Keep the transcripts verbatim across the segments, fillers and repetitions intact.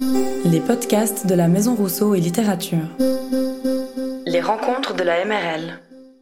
Les podcasts de la Maison Rousseau et Littérature. Les rencontres de la M R L.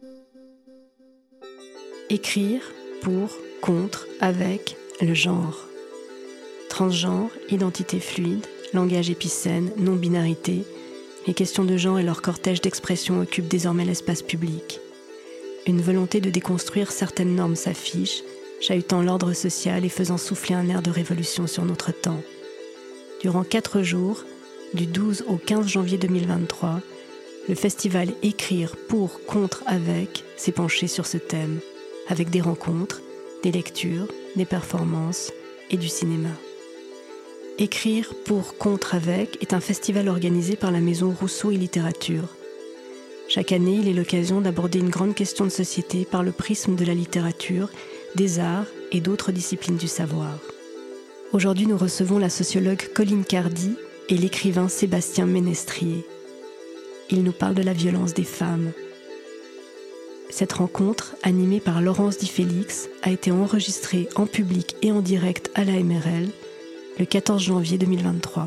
Écrire pour, contre, avec le genre. Transgenre, identité fluide, langage épicène, non-binarité, les questions de genre et leur cortège d'expression occupent désormais l'espace public. Une volonté de déconstruire certaines normes s'affiche, chahutant l'ordre social et faisant souffler un air de révolution sur notre temps. Durant quatre jours, du douze au quinze janvier deux mille vingt-trois, le festival Écrire pour, contre, avec s'est penché sur ce thème, avec des rencontres, des lectures, des performances et du cinéma. Écrire pour, contre, avec est un festival organisé par la Maison Rousseau et Littérature. Chaque année, il est l'occasion d'aborder une grande question de société par le prisme de la littérature, des arts et d'autres disciplines du savoir. Aujourd'hui, nous recevons la sociologue Colline Cardy et l'écrivain Sébastien Ménestrier. Ils nous parlent de la violence des femmes. Cette rencontre, animée par Laurence Di Félix, a été enregistrée en public et en direct à la M R L le quatorze janvier deux mille vingt-trois.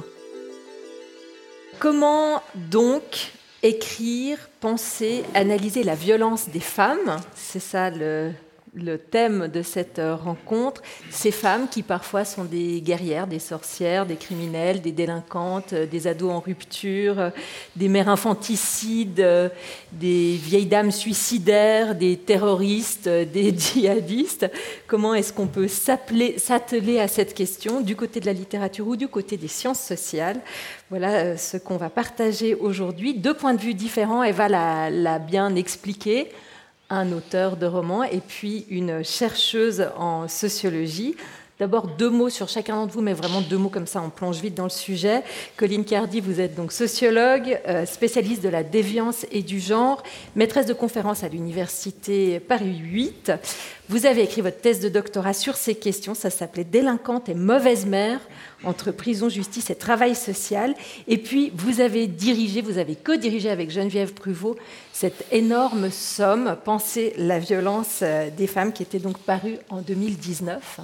Comment donc écrire, penser, analyser la violence des femmes ? C'est ça le... le thème de cette rencontre, ces femmes qui parfois sont des guerrières, des sorcières, des criminelles, des délinquantes, des ados en rupture, des mères infanticides, des vieilles dames suicidaires, des terroristes, des djihadistes. Comment est-ce qu'on peut s'appeler, s'atteler à cette question du côté de la littérature ou du côté des sciences sociales ? Voilà ce qu'on va partager aujourd'hui. Deux points de vue différents, Eva l'a, l'a bien expliqué. Un auteur de roman et puis une chercheuse en sociologie. D'abord, deux mots sur chacun d'entre vous, mais vraiment deux mots comme ça, on plonge vite dans le sujet. Colline Cardy, vous êtes donc sociologue, euh, spécialiste de la déviance et du genre, maîtresse de conférences à l'université Paris huit. Vous avez écrit votre thèse de doctorat sur ces questions, ça s'appelait « Délinquante et mauvaise mère entre prison, justice et travail social ». Et puis, vous avez dirigé, vous avez co-dirigé avec Geneviève Pruvot cette énorme somme « Penser la violence des femmes » qui était donc parue en deux mille dix-neuf.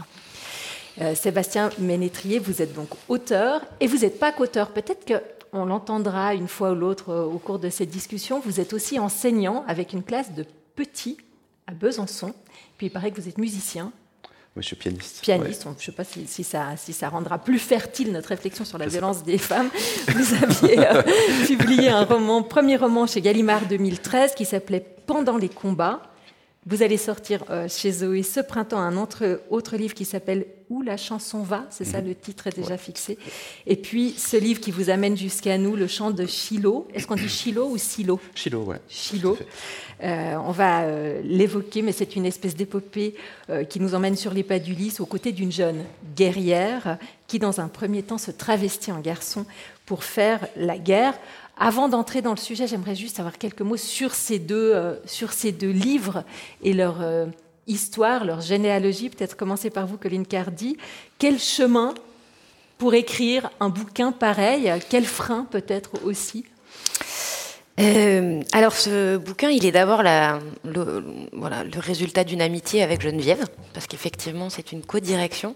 Euh, Sébastien Ménestrier, vous êtes donc auteur, et vous n'êtes pas qu'auteur. Peut-être qu'on l'entendra une fois ou l'autre euh, au cours de cette discussion. Vous êtes aussi enseignant avec une classe de petits à Besançon. Puis il paraît que vous êtes musicien. Oui, je suis pianiste. Pianiste, ouais. Je ne sais pas si, si, ça, si ça rendra plus fertile notre réflexion sur la je violence des femmes. Vous aviez euh, publié un roman, premier roman chez Gallimard deux mille treize qui s'appelait « Pendant les combats ». Vous allez sortir euh, chez Zoé ce printemps un autre, autre livre qui s'appelle « Où la chanson va », c'est ça, le titre est déjà ouais. fixé. Et puis ce livre qui vous amène jusqu'à nous, Le chant de Chilo. Est-ce qu'on dit Chilo ou Silo ? Chilo, oui. Chilo. Euh, on va euh, l'évoquer, mais c'est une espèce d'épopée euh, qui nous emmène sur les pas d'Ulysse aux côtés d'une jeune guerrière qui, dans un premier temps, se travestit en garçon pour faire la guerre. Avant d'entrer dans le sujet, j'aimerais juste avoir quelques mots sur ces deux, euh, sur ces deux livres et leur euh, histoire, leur généalogie. Peut-être commencer par vous, Colline Cardy. Quel chemin pour écrire un bouquin pareil ? Quel frein peut-être aussi ? Euh, alors ce bouquin, il est d'abord la, le, voilà, le résultat d'une amitié avec Geneviève, parce qu'effectivement c'est une co-direction.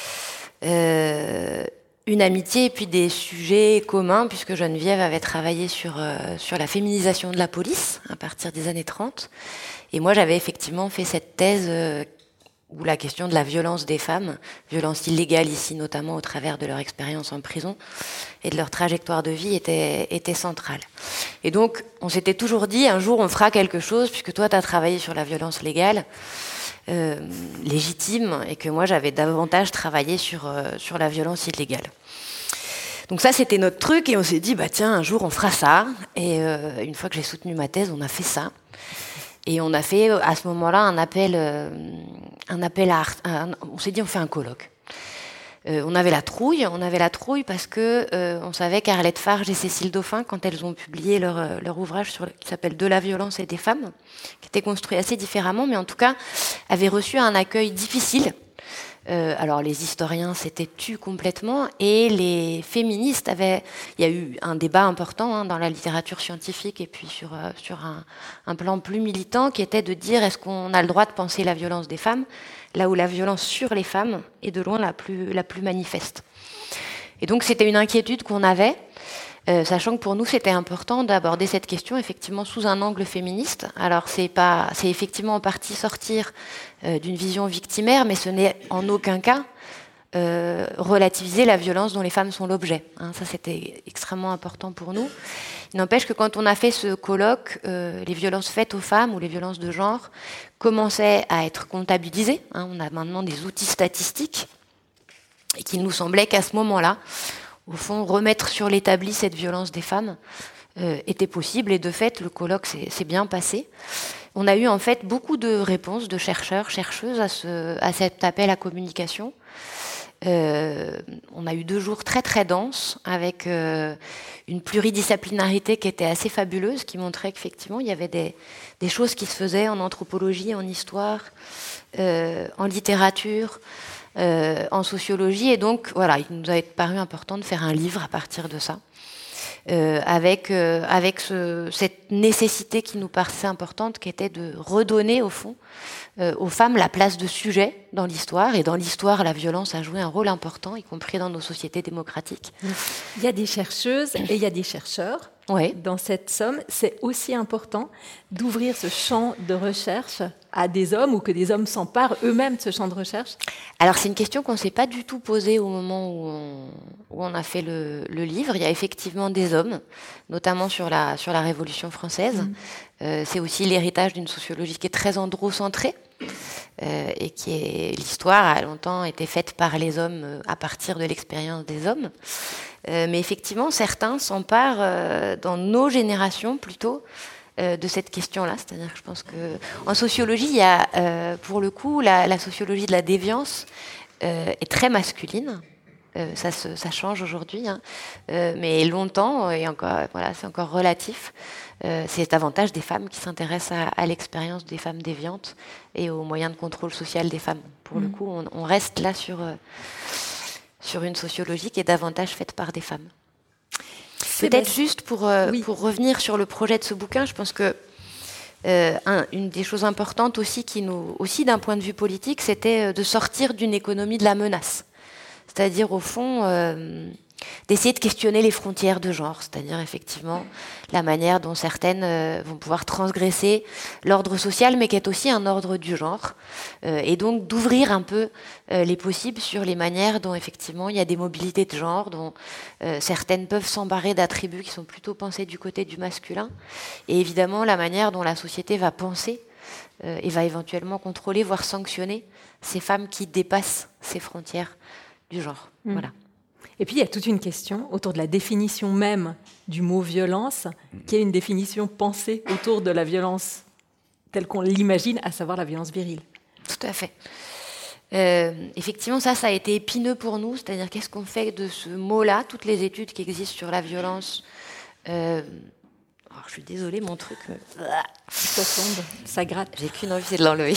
Euh, une amitié et puis des sujets communs, puisque Geneviève avait travaillé sur, euh, sur la féminisation de la police à partir des années trente. Et moi j'avais effectivement fait cette thèse euh, où la question de la violence des femmes, violence illégale ici notamment au travers de leur expérience en prison et de leur trajectoire de vie était, était centrale. Et donc on s'était toujours dit un jour on fera quelque chose puisque toi tu as travaillé sur la violence légale, euh, légitime, et que moi j'avais davantage travaillé sur, euh, sur la violence illégale. Donc ça c'était notre truc et on s'est dit bah tiens un jour on fera ça, et euh, une fois que j'ai soutenu ma thèse on a fait ça. Et on a fait à ce moment-là un appel, euh, un appel à, un, on s'est dit on fait un colloque. Euh, on avait la trouille, on avait la trouille parce que euh, on savait qu'Arlette Farge et Cécile Dauphin, quand elles ont publié leur, leur ouvrage sur, qui s'appelle De la violence et des femmes, qui était construit assez différemment, mais en tout cas avaient reçu un accueil difficile. Euh, alors les historiens s'étaient tus complètement et les féministes avaient... Il y a eu un débat important hein, dans la littérature scientifique et puis sur, euh, sur un, un plan plus militant qui était de dire est-ce qu'on a le droit de penser la violence des femmes là où la violence sur les femmes est de loin la plus, la plus manifeste. Et donc c'était une inquiétude qu'on avait, euh, sachant que pour nous c'était important d'aborder cette question effectivement sous un angle féministe. Alors c'est pas, c'est effectivement en partie sortir euh, d'une vision victimaire, mais ce n'est en aucun cas euh, relativiser la violence dont les femmes sont l'objet. Hein, ça c'était extrêmement important pour nous. Il n'empêche que quand on a fait ce colloque, euh, les violences faites aux femmes ou les violences de genre commençaient à être comptabilisées. Hein, on a maintenant des outils statistiques et qu'il nous semblait qu'à ce moment-là, au fond, remettre sur l'établi cette violence des femmes euh, était possible. Et de fait, le colloque s'est, s'est bien passé. On a eu en fait beaucoup de réponses de chercheurs, chercheuses à, ce, à cet appel à communication. Euh, on a eu deux jours très très denses avec euh, une pluridisciplinarité qui était assez fabuleuse, qui montrait qu'effectivement il y avait des, des choses qui se faisaient en anthropologie, en histoire, euh, en littérature, euh, en sociologie. Et donc voilà, il nous avait paru important de faire un livre à partir de ça, euh, avec, euh, avec ce, cette nécessité qui nous paraissait importante, qui était de redonner au fond Euh, aux femmes la place de sujet dans l'histoire. Et dans l'histoire, la violence a joué un rôle important, y compris dans nos sociétés démocratiques. Il y a des chercheuses et il y a des chercheurs. Oui. Dans cette somme, c'est aussi important d'ouvrir ce champ de recherche à des hommes ou que des hommes s'emparent eux-mêmes de ce champ de recherche. Alors c'est une question qu'on ne s'est pas du tout posée au moment où on, où on a fait le, le livre. Il y a effectivement des hommes, notamment sur la, sur la Révolution française. Mmh. Euh, c'est aussi l'héritage d'une sociologie qui est très androcentrée. Euh, et qui est l'histoire a longtemps été faite par les hommes euh, à partir de l'expérience des hommes. Euh, mais effectivement, certains s'emparent euh, dans nos générations plutôt euh, de cette question-là. C'est-à-dire que je pense que en sociologie, il y a euh, pour le coup la, la sociologie de la déviance euh, est très masculine. Euh, ça, se, ça change aujourd'hui, hein. euh, mais longtemps, et encore, voilà, c'est encore relatif. Euh, c'est davantage des femmes qui s'intéressent à, à l'expérience des femmes déviantes et aux moyens de contrôle social des femmes. Pour mmh. le coup, on, on reste là sur, euh, sur une sociologie qui est davantage faite par des femmes. C'est Peut-être bête. juste pour, euh, oui. pour revenir sur le projet de ce bouquin, je pense que euh, un, une des choses importantes aussi, qui nous, aussi d'un point de vue politique, c'était de sortir d'une économie de la menace. C'est-à-dire, au fond, euh, d'essayer de questionner les frontières de genre, c'est-à-dire, effectivement, la manière dont certaines euh, vont pouvoir transgresser l'ordre social, mais qui est aussi un ordre du genre, euh, et donc d'ouvrir un peu euh, les possibles sur les manières dont, effectivement, il y a des mobilités de genre, dont euh, certaines peuvent s'embarrer d'attributs qui sont plutôt pensés du côté du masculin, et évidemment, la manière dont la société va penser euh, et va éventuellement contrôler, voire sanctionner ces femmes qui dépassent ces frontières du genre. Mmh. Voilà. Et puis il y a toute une question autour de la définition même du mot violence, qui est une définition pensée autour de la violence telle qu'on l'imagine, à savoir la violence virile. Tout à fait. Euh, effectivement, ça, ça a été épineux pour nous, c'est-à-dire qu'est-ce qu'on fait de ce mot-là, toutes les études qui existent sur la violence. Euh, oh, je suis désolée, mon truc... Euh, ça tombe, ça gratte. J'ai qu'une envie, c'est de l'enlever.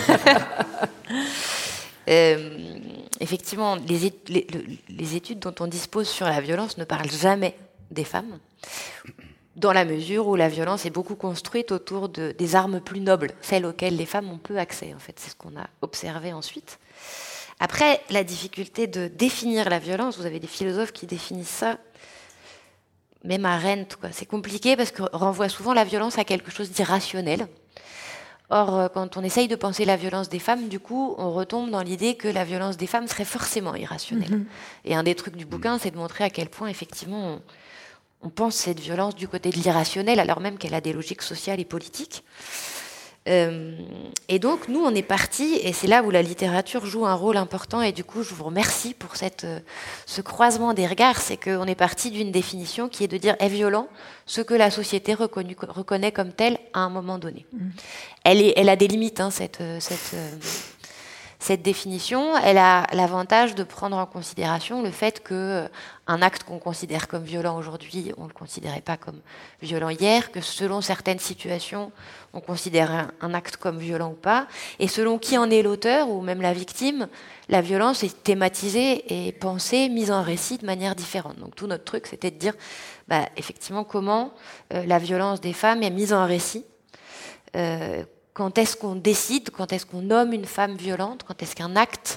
Euh, effectivement, les, é- les, les études dont on dispose sur la violence ne parlent jamais des femmes, dans la mesure où la violence est beaucoup construite autour de, des armes plus nobles, celles auxquelles les femmes ont peu accès. En fait, c'est ce qu'on a observé ensuite. Après, la difficulté de définir la violence, vous avez des philosophes qui définissent ça, même Arendt, quoi. C'est compliqué parce que renvoie souvent la violence à quelque chose d'irrationnel. Or, quand on essaye de penser la violence des femmes, du coup, on retombe dans l'idée que la violence des femmes serait forcément irrationnelle. Mmh. Et un des trucs du bouquin, c'est de montrer à quel point, effectivement, on, on pense cette violence du côté de l'irrationnel, alors même qu'elle a des logiques sociales et politiques. Euh, et donc, nous, on est partis, et c'est là où la littérature joue un rôle important, et du coup, je vous remercie pour cette, euh, ce croisement des regards, c'est qu'on est parti d'une définition qui est de dire est violent ce que la société reconnu, reconnaît comme tel à un moment donné. Mmh. Elle, est, elle a des limites, hein, cette, cette, euh, cette définition. Elle a l'avantage de prendre en considération le fait qu'un acte qu'on considère comme violent aujourd'hui, on ne le considérait pas comme violent hier, que selon certaines situations, on considère un, un acte comme violent ou pas, et selon qui en est l'auteur ou même la victime, la violence est thématisée et pensée, mise en récit de manière différente. Donc tout notre truc, c'était de dire, bah, effectivement, comment euh, la violence des femmes est mise en récit, euh, quand est-ce qu'on décide, quand est-ce qu'on nomme une femme violente, quand est-ce qu'un acte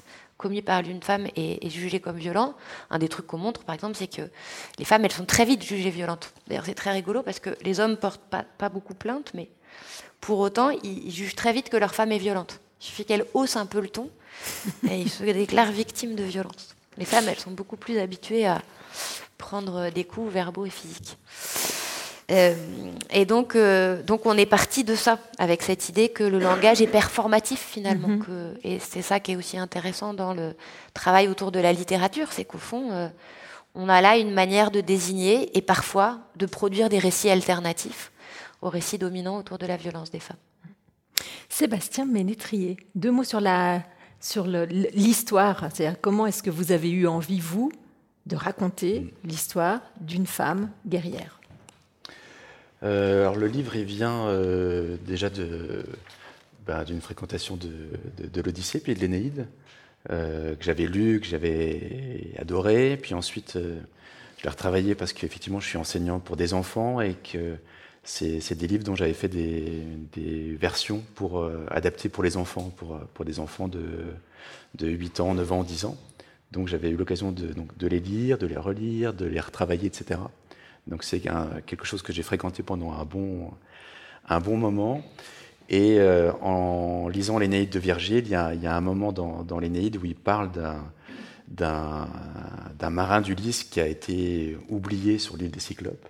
commis par une femme est, est jugé comme violent, un des trucs qu'on montre, par exemple, c'est que les femmes, elles sont très vite jugées violentes. D'ailleurs, c'est très rigolo parce que les hommes portent pas, pas beaucoup plainte, mais pour autant, ils, ils jugent très vite que leur femme est violente. Il suffit qu'elle hausse un peu le ton et ils se déclarent victimes de violence. Les femmes, elles sont beaucoup plus habituées à prendre des coups verbaux et physiques. Euh, et donc, euh, donc, on est parti de ça, avec cette idée que le langage est performatif, finalement. Mm-hmm. Que, et c'est ça qui est aussi intéressant dans le travail autour de la littérature, c'est qu'au fond, euh, on a là une manière de désigner et parfois de produire des récits alternatifs aux récits dominants autour de la violence des femmes. Sébastien Ménétrier, deux mots sur, la, sur le, l'histoire. C'est-à-dire, comment est-ce que vous avez eu envie, vous, de raconter l'histoire d'une femme guerrière ? Euh, alors le livre, il vient euh, déjà de, bah, d'une fréquentation de, de, de l'Odyssée, puis de l'Énéide, euh, que j'avais lu, que j'avais adoré. Puis ensuite, euh, je l'ai retravaillé parce qu'effectivement, je suis enseignant pour des enfants et que c'est, c'est des livres dont j'avais fait des, des versions pour, euh, adaptées pour les enfants, pour, pour des enfants de, de huit ans, neuf ans, dix ans. Donc j'avais eu l'occasion de, donc, de les lire, de les relire, de les retravailler, et cetera. Donc c'est un, quelque chose que j'ai fréquenté pendant un bon, un bon moment. Et euh, en lisant l'Énéide de Virgile, il y a, il y a un moment dans, dans l'Énéide où il parle d'un, d'un, d'un marin d'Ulysse qui a été oublié sur l'île des Cyclopes.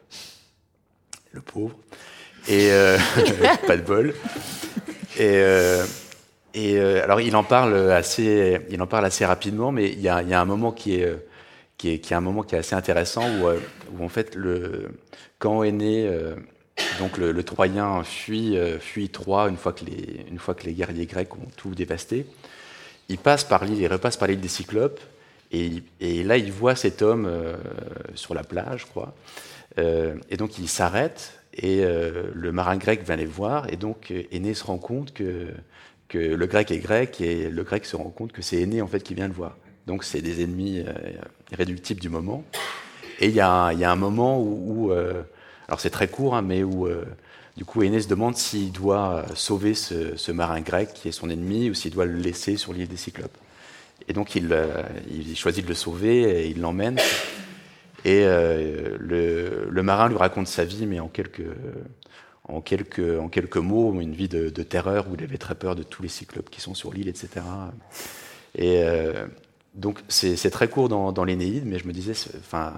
Le pauvre. Et euh, pas de bol. Et, euh, et euh, alors il en parle assez, il en parle assez rapidement, mais il y a, il y a un moment qui est Qui est, qui est un moment qui est assez intéressant où, euh, où en fait le quand Énée, euh, donc le, le Troyen fuit, euh, fuit Troie une fois que les une fois que les guerriers grecs ont tout dévasté, il passe par l'île, il repasse par l'île des Cyclopes et, et là il voit cet homme euh, sur la plage, je crois, euh, et donc il s'arrête et euh, le marin grec vient les voir et donc Énée se rend compte que que le grec est grec et le grec se rend compte que c'est Énée en fait qui vient le voir. Donc c'est des ennemis euh, irréductibles du moment. Et il y, y a un moment où, où euh, alors c'est très court, hein, mais où euh, du coup Énée se demande s'il doit sauver ce, ce marin grec qui est son ennemi ou s'il doit le laisser sur l'île des Cyclopes. Et donc il, euh, il choisit de le sauver et il l'emmène. Et euh, le, le marin lui raconte sa vie, mais en quelques, en quelques, en quelques mots, une vie de, de terreur où il avait très peur de tous les cyclopes qui sont sur l'île, et cetera. Et euh, donc c'est, c'est très court dans, dans l'Énéide, mais je me disais, enfin,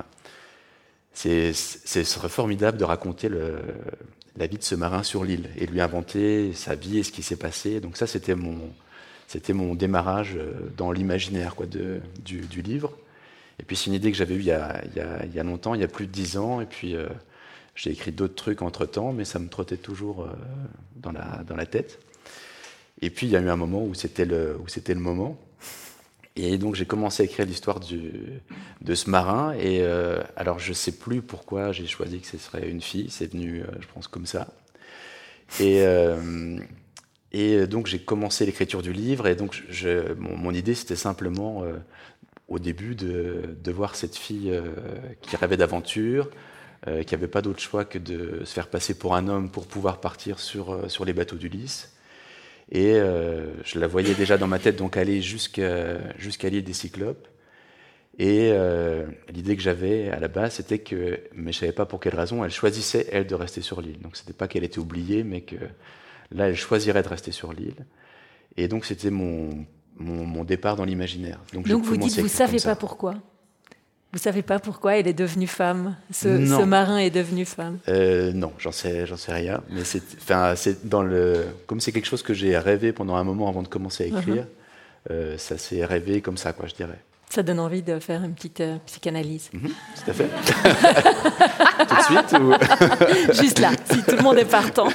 c'est, c'est, ce serait formidable de raconter le, la vie de ce marin sur l'île et de lui inventer sa vie et ce qui s'est passé. Donc ça, c'était mon, c'était mon démarrage dans l'imaginaire quoi, de, du, du livre. Et puis c'est une idée que j'avais eue il y a, il y a, il y a longtemps, il y a plus de dix ans, et puis euh, j'ai écrit d'autres trucs entre-temps, mais ça me trottait toujours euh, dans, la, dans la tête. Et puis il y a eu un moment où c'était le, où c'était le moment. Et donc j'ai commencé à écrire l'histoire du, de ce marin, et euh, alors je ne sais plus pourquoi j'ai choisi que ce serait une fille, c'est venu, euh, je pense, comme ça. Et, euh, et donc j'ai commencé l'écriture du livre, et donc je, mon, mon idée c'était simplement... Euh, au début, de, de voir cette fille euh, qui rêvait d'aventure, euh, qui n'avait pas d'autre choix que de se faire passer pour un homme pour pouvoir partir sur, euh, sur les bateaux d'Ulysse. Et euh, je la voyais déjà dans ma tête donc aller jusqu'à, jusqu'à l'île des Cyclopes. Et euh, l'idée que j'avais à la base, c'était que, mais je ne savais pas pour quelle raison, elle choisissait, elle, de rester sur l'île. Donc ce n'était pas qu'elle était oubliée, mais que là, elle choisirait de rester sur l'île. Et donc c'était mon... Mon, mon départ dans l'imaginaire. Donc, Donc vous dites, vous ne savez pas pourquoi Vous ne savez pas pourquoi elle est devenue femme, ce, ce marin est devenu femme euh, Non, j'en sais, j'en sais rien. Mais c'est, c'est dans le, comme c'est quelque chose que j'ai rêvé pendant un moment avant de commencer à écrire, uh-huh. euh, ça s'est rêvé comme ça, quoi, je dirais. Ça donne envie de faire une petite euh, psychanalyse. Mm-hmm, tout à fait. Tout de suite ou... Juste là, si tout le monde est partant.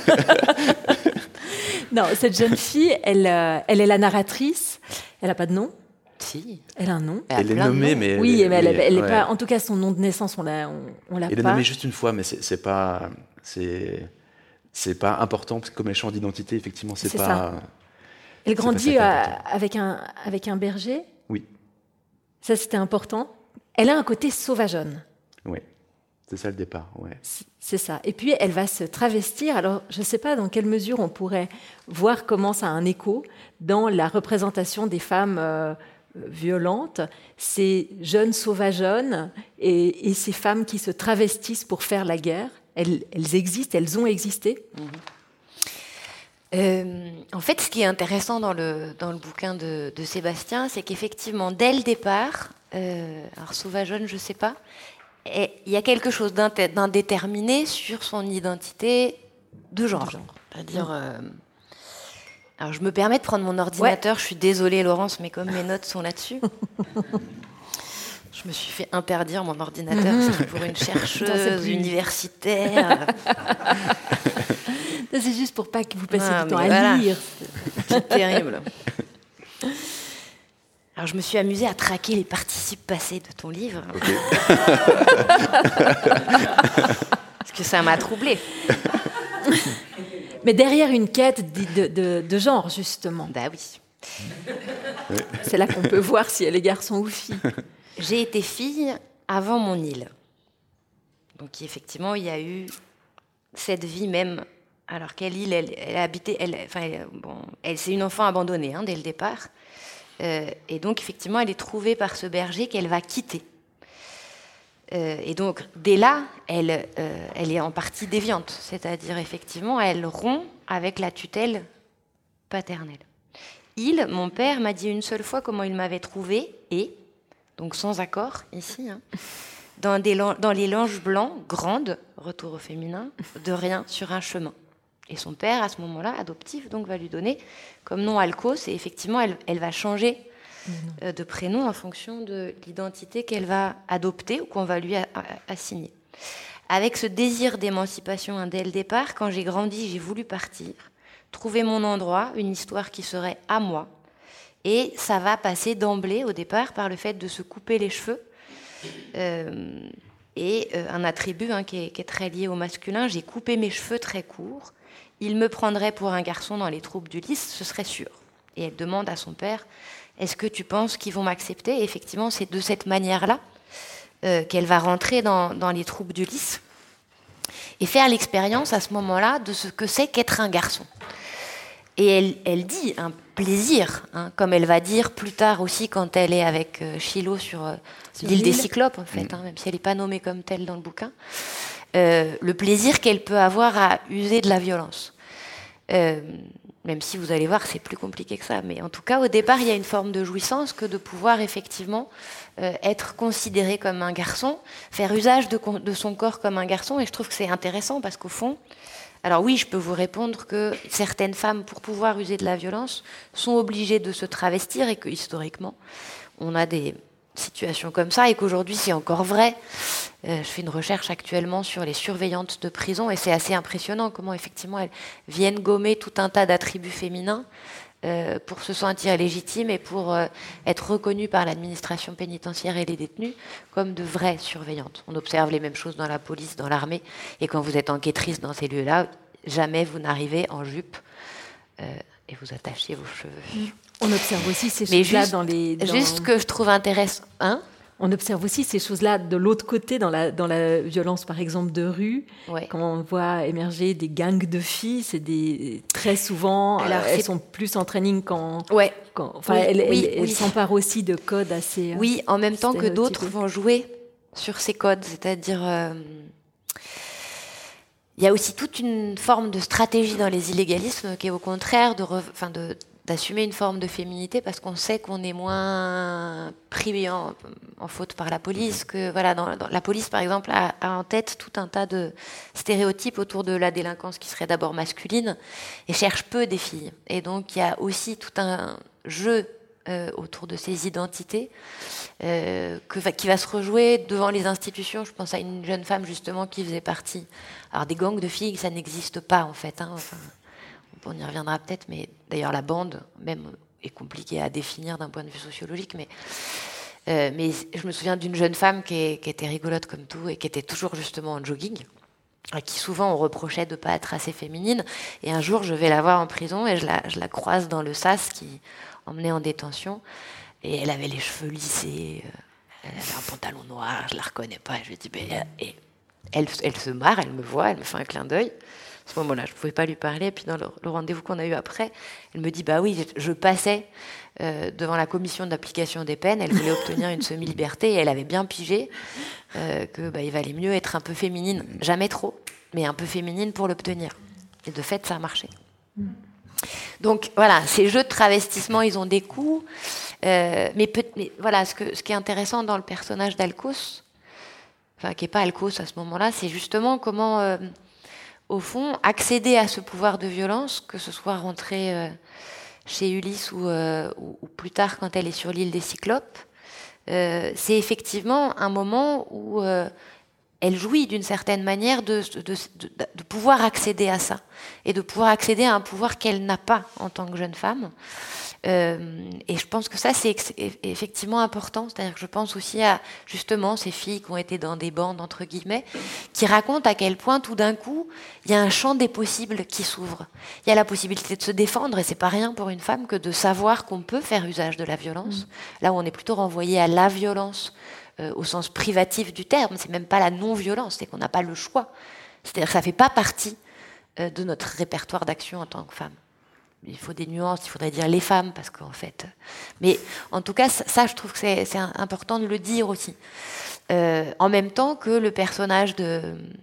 Non, cette jeune fille, elle, euh, elle est la narratrice. Elle n'a pas de nom. Si. Elle a un nom. Elle, elle est nommée, mais... Oui, elle, mais elle, elle, elle ouais. est pas... En tout cas, son nom de naissance, on l'a, on, on l'a elle pas. Elle est nommée juste une fois, mais c'est, c'est pas... C'est, c'est pas important, parce que comme un champ d'identité, effectivement, c'est, c'est pas... Ça. Elle grandit à, avec, un, avec un berger. Oui. Ça, c'était important. Elle a un côté sauvageonne. Oui. C'est ça le départ, ouais. C'est ça. Et puis, elle va se travestir. Alors, je ne sais pas dans quelle mesure on pourrait voir comment ça a un écho dans la représentation des femmes euh, violentes, ces jeunes sauvageonnes et, et ces femmes qui se travestissent pour faire la guerre, elles, elles existent, elles ont existé. Mmh. Euh, en fait, ce qui est intéressant dans le, dans le bouquin de, de Sébastien, c'est qu'effectivement, dès le départ, euh, alors sauvageonne, je ne sais pas, il y a quelque chose d'indéterminé sur son identité de genre. De genre. C'est-à-dire, euh, alors je me permets de prendre mon ordinateur, ouais. Je suis désolée Laurence, mais comme mes notes sont là-dessus, je me suis fait interdire mon ordinateur, mmh. C'est pour une chercheuse universitaire. C'est juste pour pas que vous passiez ah, du temps à voilà. lire. C'est terrible. Alors, je me suis amusée à traquer les participes passés de ton livre. Okay. Parce que ça m'a troublée. Mais derrière une quête de, de, de genre, justement. Bah oui. C'est là qu'on peut voir si elle est garçon ou fille. J'ai été fille avant mon île. Donc, effectivement, il y a eu cette vie même... Alors quelle île, elle, elle a habité, elle, enfin, elle, bon, elle, c'est une enfant abandonnée hein, dès le départ. Euh, et donc, effectivement, elle est trouvée par ce berger qu'elle va quitter. Euh, et donc, dès là, elle, euh, elle est en partie déviante. C'est-à-dire, effectivement, elle rompt avec la tutelle paternelle. Il, mon père, m'a dit une seule fois comment il m'avait trouvée, et, donc sans accord, ici, hein, dans, des, dans les langes blancs, grandes, retour au féminin, de rien sur un chemin. Et son père, à ce moment-là, adoptif, donc va lui donner comme nom Alcos. Et effectivement, elle, elle va changer euh, de prénom en fonction de l'identité qu'elle va adopter ou qu'on va lui a, a, assigner. Avec ce désir d'émancipation hein, dès le départ, quand j'ai grandi, j'ai voulu partir, trouver mon endroit, une histoire qui serait à moi. Et ça va passer d'emblée, au départ, par le fait de se couper les cheveux. Euh, et euh, un attribut hein, qui, est, qui est très lié au masculin, j'ai coupé mes cheveux très courts. Il me prendrait pour un garçon dans les troupes d'Ulysse, ce serait sûr. Et elle demande à son père, est-ce que tu penses qu'ils vont m'accepter ? Et effectivement, c'est de cette manière-là euh, qu'elle va rentrer dans, dans les troupes d'Ulysse et faire l'expérience à ce moment-là de ce que c'est qu'être un garçon. Et elle, elle dit un plaisir, hein, comme elle va dire plus tard aussi quand elle est avec euh, Chilo sur, euh, sur l'île, l'île des Cyclopes, en fait, hein, même si elle n'est pas nommée comme telle dans le bouquin. Euh, le plaisir qu'elle peut avoir à user de la violence. Euh, même si vous allez voir, c'est plus compliqué que ça. Mais en tout cas, au départ, il y a une forme de jouissance que de pouvoir effectivement euh, être considéré comme un garçon, faire usage de, de son corps comme un garçon. Et je trouve que c'est intéressant parce qu'au fond, alors oui, je peux vous répondre que certaines femmes, pour pouvoir user de la violence, sont obligées de se travestir et que historiquement, on a des situations comme ça et qu'aujourd'hui c'est encore vrai. Euh, je fais une recherche actuellement sur les surveillantes de prison et c'est assez impressionnant comment effectivement elles viennent gommer tout un tas d'attributs féminins euh, pour se sentir légitimes et pour euh, être reconnues par l'administration pénitentiaire et les détenus comme de vraies surveillantes. On observe les mêmes choses dans la police, dans l'armée, et quand vous êtes enquêtrice dans ces lieux-là, jamais vous n'arrivez en jupe euh, et vous attachez vos cheveux. On observe aussi ces choses-là dans les... Dans... Juste ce que je trouve intéressant... Hein On observe aussi ces choses-là de l'autre côté, dans la, dans la violence, par exemple, de rue. Ouais. Quand on voit émerger des gangs de filles, c'est des, très souvent, Alors, elles sont plus en training quand... Ouais. quand enfin, oui, elles, oui, elles, oui. elles s'emparent aussi de codes assez... Oui, en même temps que d'autres vont jouer sur ces codes. C'est-à-dire... Euh, il y a aussi toute une forme de stratégie dans les illégalismes qui est au contraire de... Re, enfin de d'assumer une forme de féminité parce qu'on sait qu'on est moins pris en, en faute par la police, que voilà, dans, dans, la police par exemple a, a en tête tout un tas de stéréotypes autour de la délinquance qui serait d'abord masculine et cherche peu des filles. Et donc il y a aussi tout un jeu euh, autour de ces identités euh, que, qui va se rejouer devant les institutions. Je pense à une jeune femme justement qui faisait partie. Alors des gangs de filles, ça n'existe pas en fait, hein, enfin, on y reviendra peut-être, mais d'ailleurs la bande même est compliquée à définir d'un point de vue sociologique, mais, euh, mais je me souviens d'une jeune femme qui, est, qui était rigolote comme tout et qui était toujours justement en jogging, à qui souvent on reprochait de ne pas être assez féminine, et un jour je vais la voir en prison et je la, je la croise dans le sas qui emmenait en détention, et elle avait les cheveux lissés, euh, elle avait un pantalon noir, je la reconnais pas, et je lui dis, ben, et elle, elle se marre, elle me voit, elle me fait un clin d'œil. ce moment-là, je ne pouvais pas lui parler. Et puis dans le, le rendez-vous qu'on a eu après, elle me dit, bah oui, je passais euh, devant la commission d'application des peines, elle voulait obtenir une semi-liberté et elle avait bien pigé euh, que bah, il valait mieux être un peu féminine, jamais trop, mais un peu féminine pour l'obtenir. Et de fait, ça a marché. Mm. Donc voilà, ces jeux de travestissement, ils ont des coûts. Euh, mais, peut, mais voilà, ce, que, ce qui est intéressant dans le personnage d'Alcos, enfin qui n'est pas Alcos à ce moment-là, c'est justement comment, euh, au fond, accéder à ce pouvoir de violence, que ce soit rentrer euh, chez Ulysse ou, euh, ou, ou plus tard quand elle est sur l'île des Cyclopes, euh, c'est effectivement un moment où euh, elle jouit d'une certaine manière de, de, de, de pouvoir accéder à ça, et de pouvoir accéder à un pouvoir qu'elle n'a pas en tant que jeune femme. Euh, et je pense que ça, c'est ex- effectivement important. C'est-à-dire que je pense aussi à, justement, ces filles qui ont été dans des bandes, entre guillemets, qui racontent à quel point, tout d'un coup, il y a un champ des possibles qui s'ouvre. Il y a la possibilité de se défendre, et c'est pas rien pour une femme que de savoir qu'on peut faire usage de la violence. Mmh. Là où on est plutôt renvoyé à la violence, euh, au sens privatif du terme, c'est même pas la non-violence, c'est qu'on n'a pas le choix. C'est-à-dire que ça fait pas partie euh, de notre répertoire d'action en tant que femme. Il faut des nuances, il faudrait dire les femmes, parce qu'en fait... Mais en tout cas, ça, je trouve que c'est, c'est important de le dire aussi. Euh, en même temps que le personnage de,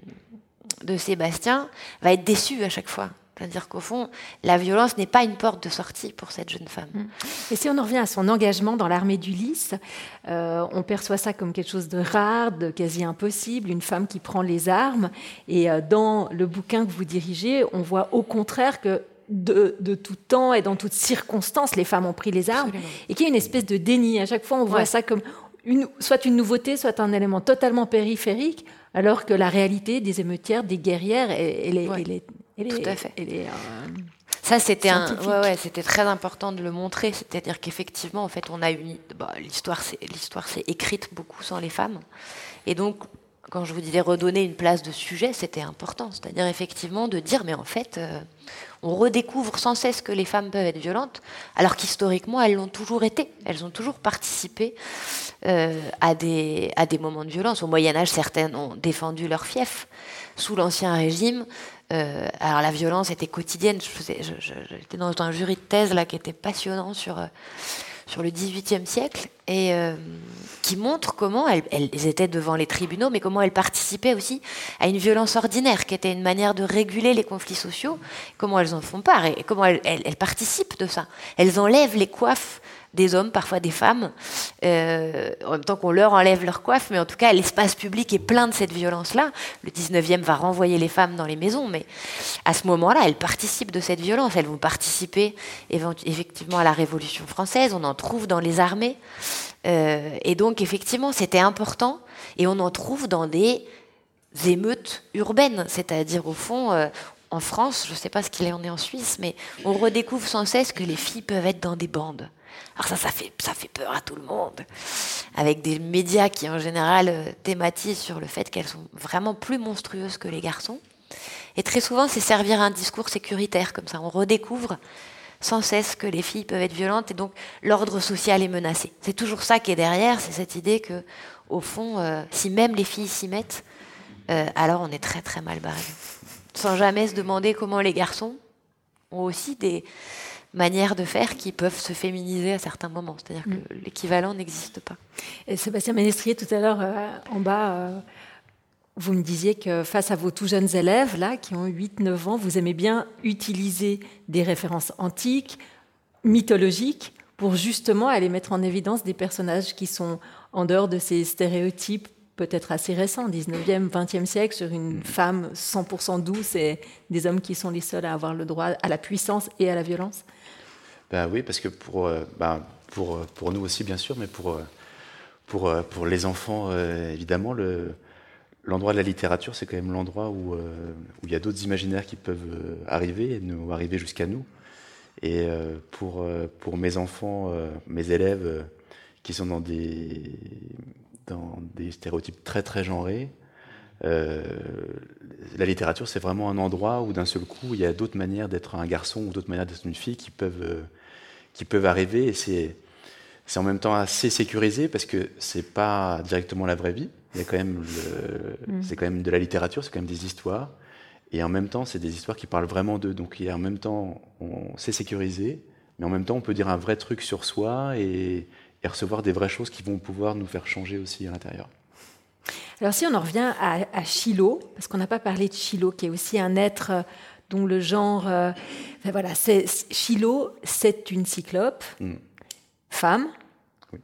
de Sébastien va être déçu à chaque fois. C'est-à-dire qu'au fond, la violence n'est pas une porte de sortie pour cette jeune femme. Et si on en revient à son engagement dans l'armée d'Ulysse, euh, on perçoit ça comme quelque chose de rare, de quasi impossible, une femme qui prend les armes. Et euh, dans le bouquin que vous dirigez, on voit au contraire que De, de tout temps et dans toutes circonstances, les femmes ont pris les armes. Absolument. Et qu'il y a une espèce de déni. À chaque fois, on voit ouais. ça comme une, soit une nouveauté, soit un élément totalement périphérique, alors que la réalité des émeutières, des guerrières, elle est... Ouais. Elle est, elle est tout à fait. Elle est, euh, ça, c'était, un, ouais, ouais, c'était très important de le montrer. C'est-à-dire qu'effectivement, en fait, on a une... Bah, l'histoire, c'est, l'histoire s'est écrite beaucoup sans les femmes. Et donc, quand je vous disais redonner une place de sujet, c'était important. C'est-à-dire effectivement de dire, mais en fait, euh, on redécouvre sans cesse que les femmes peuvent être violentes, alors qu'historiquement, elles l'ont toujours été. Elles ont toujours participé euh, à, des, à des moments de violence. Au Moyen-Âge, certaines ont défendu leur fief. Sous l'Ancien Régime, euh, alors la violence était quotidienne. Je faisais, je, je, j'étais dans un jury de thèse là, qui était passionnant sur... Euh, sur le dix-huitième siècle, et euh, qui montre comment elles, elles étaient devant les tribunaux, mais comment elles participaient aussi à une violence ordinaire, qui était une manière de réguler les conflits sociaux, comment elles en font part, et comment elles, elles, elles participent de ça. Elles enlèvent les coiffes des hommes, parfois des femmes, euh, en même temps qu'on leur enlève leur coiffe, mais en tout cas, l'espace public est plein de cette violence-là. Le dix-neuvième va renvoyer les femmes dans les maisons, mais à ce moment-là, elles participent de cette violence. Elles vont participer effectivement à la Révolution française, on en trouve dans les armées, euh, et donc effectivement, c'était important, et on en trouve dans des émeutes urbaines, c'est-à-dire au fond... Euh, en France, je ne sais pas ce qu'il en est en Suisse, mais on redécouvre sans cesse que les filles peuvent être dans des bandes. Alors ça, ça fait, ça fait peur à tout le monde, avec des médias qui, en général, euh, thématisent sur le fait qu'elles sont vraiment plus monstrueuses que les garçons. Et très souvent, c'est servir un discours sécuritaire, comme ça. On redécouvre sans cesse que les filles peuvent être violentes, et donc l'ordre social est menacé. C'est toujours ça qui est derrière, c'est cette idée que, au fond, euh, si même les filles s'y mettent, euh, alors on est très très mal barré. Sans jamais se demander comment les garçons ont aussi des manières de faire qui peuvent se féminiser à certains moments. C'est-à-dire que mmh. l'équivalent n'existe pas. Et Sébastien Ménestrier, tout à l'heure, euh, en bas, euh, vous me disiez que face à vos tout jeunes élèves, là, qui ont huit neuf ans, vous aimez bien utiliser des références antiques, mythologiques, pour justement aller mettre en évidence des personnages qui sont en dehors de ces stéréotypes peut-être assez récent, dix-neuvième, vingtième siècle, sur une femme cent pour cent douce et des hommes qui sont les seuls à avoir le droit à la puissance et à la violence. Ben oui, parce que pour, ben pour, pour nous aussi, bien sûr, mais pour, pour, pour les enfants, euh, évidemment, le, l'endroit de la littérature, c'est quand même l'endroit où, euh, où il y a d'autres imaginaires qui peuvent arriver, et nous arriver jusqu'à nous. Et euh, pour, pour mes enfants, euh, mes élèves euh, qui sont dans des... dans des stéréotypes très très genrés. Euh, la littérature, c'est vraiment un endroit où d'un seul coup, il y a d'autres manières d'être un garçon ou d'autres manières d'être une fille qui peuvent, euh, qui peuvent arriver. Et c'est, c'est en même temps assez sécurisé parce que c'est pas directement la vraie vie. Il y a quand même le, mmh. c'est quand même de la littérature, c'est quand même des histoires. Et en même temps, c'est des histoires qui parlent vraiment d'eux. Donc, il y a en même temps, on sait sécuriser, mais en même temps, on peut dire un vrai truc sur soi et, et recevoir des vraies choses qui vont pouvoir nous faire changer aussi à l'intérieur. Alors si on en revient à, à Chilo, parce qu'on n'a pas parlé de Chilo, qui est aussi un être dont le genre... Euh, ben voilà, c'est, Chilo, c'est une cyclope, mm. femme. Oui.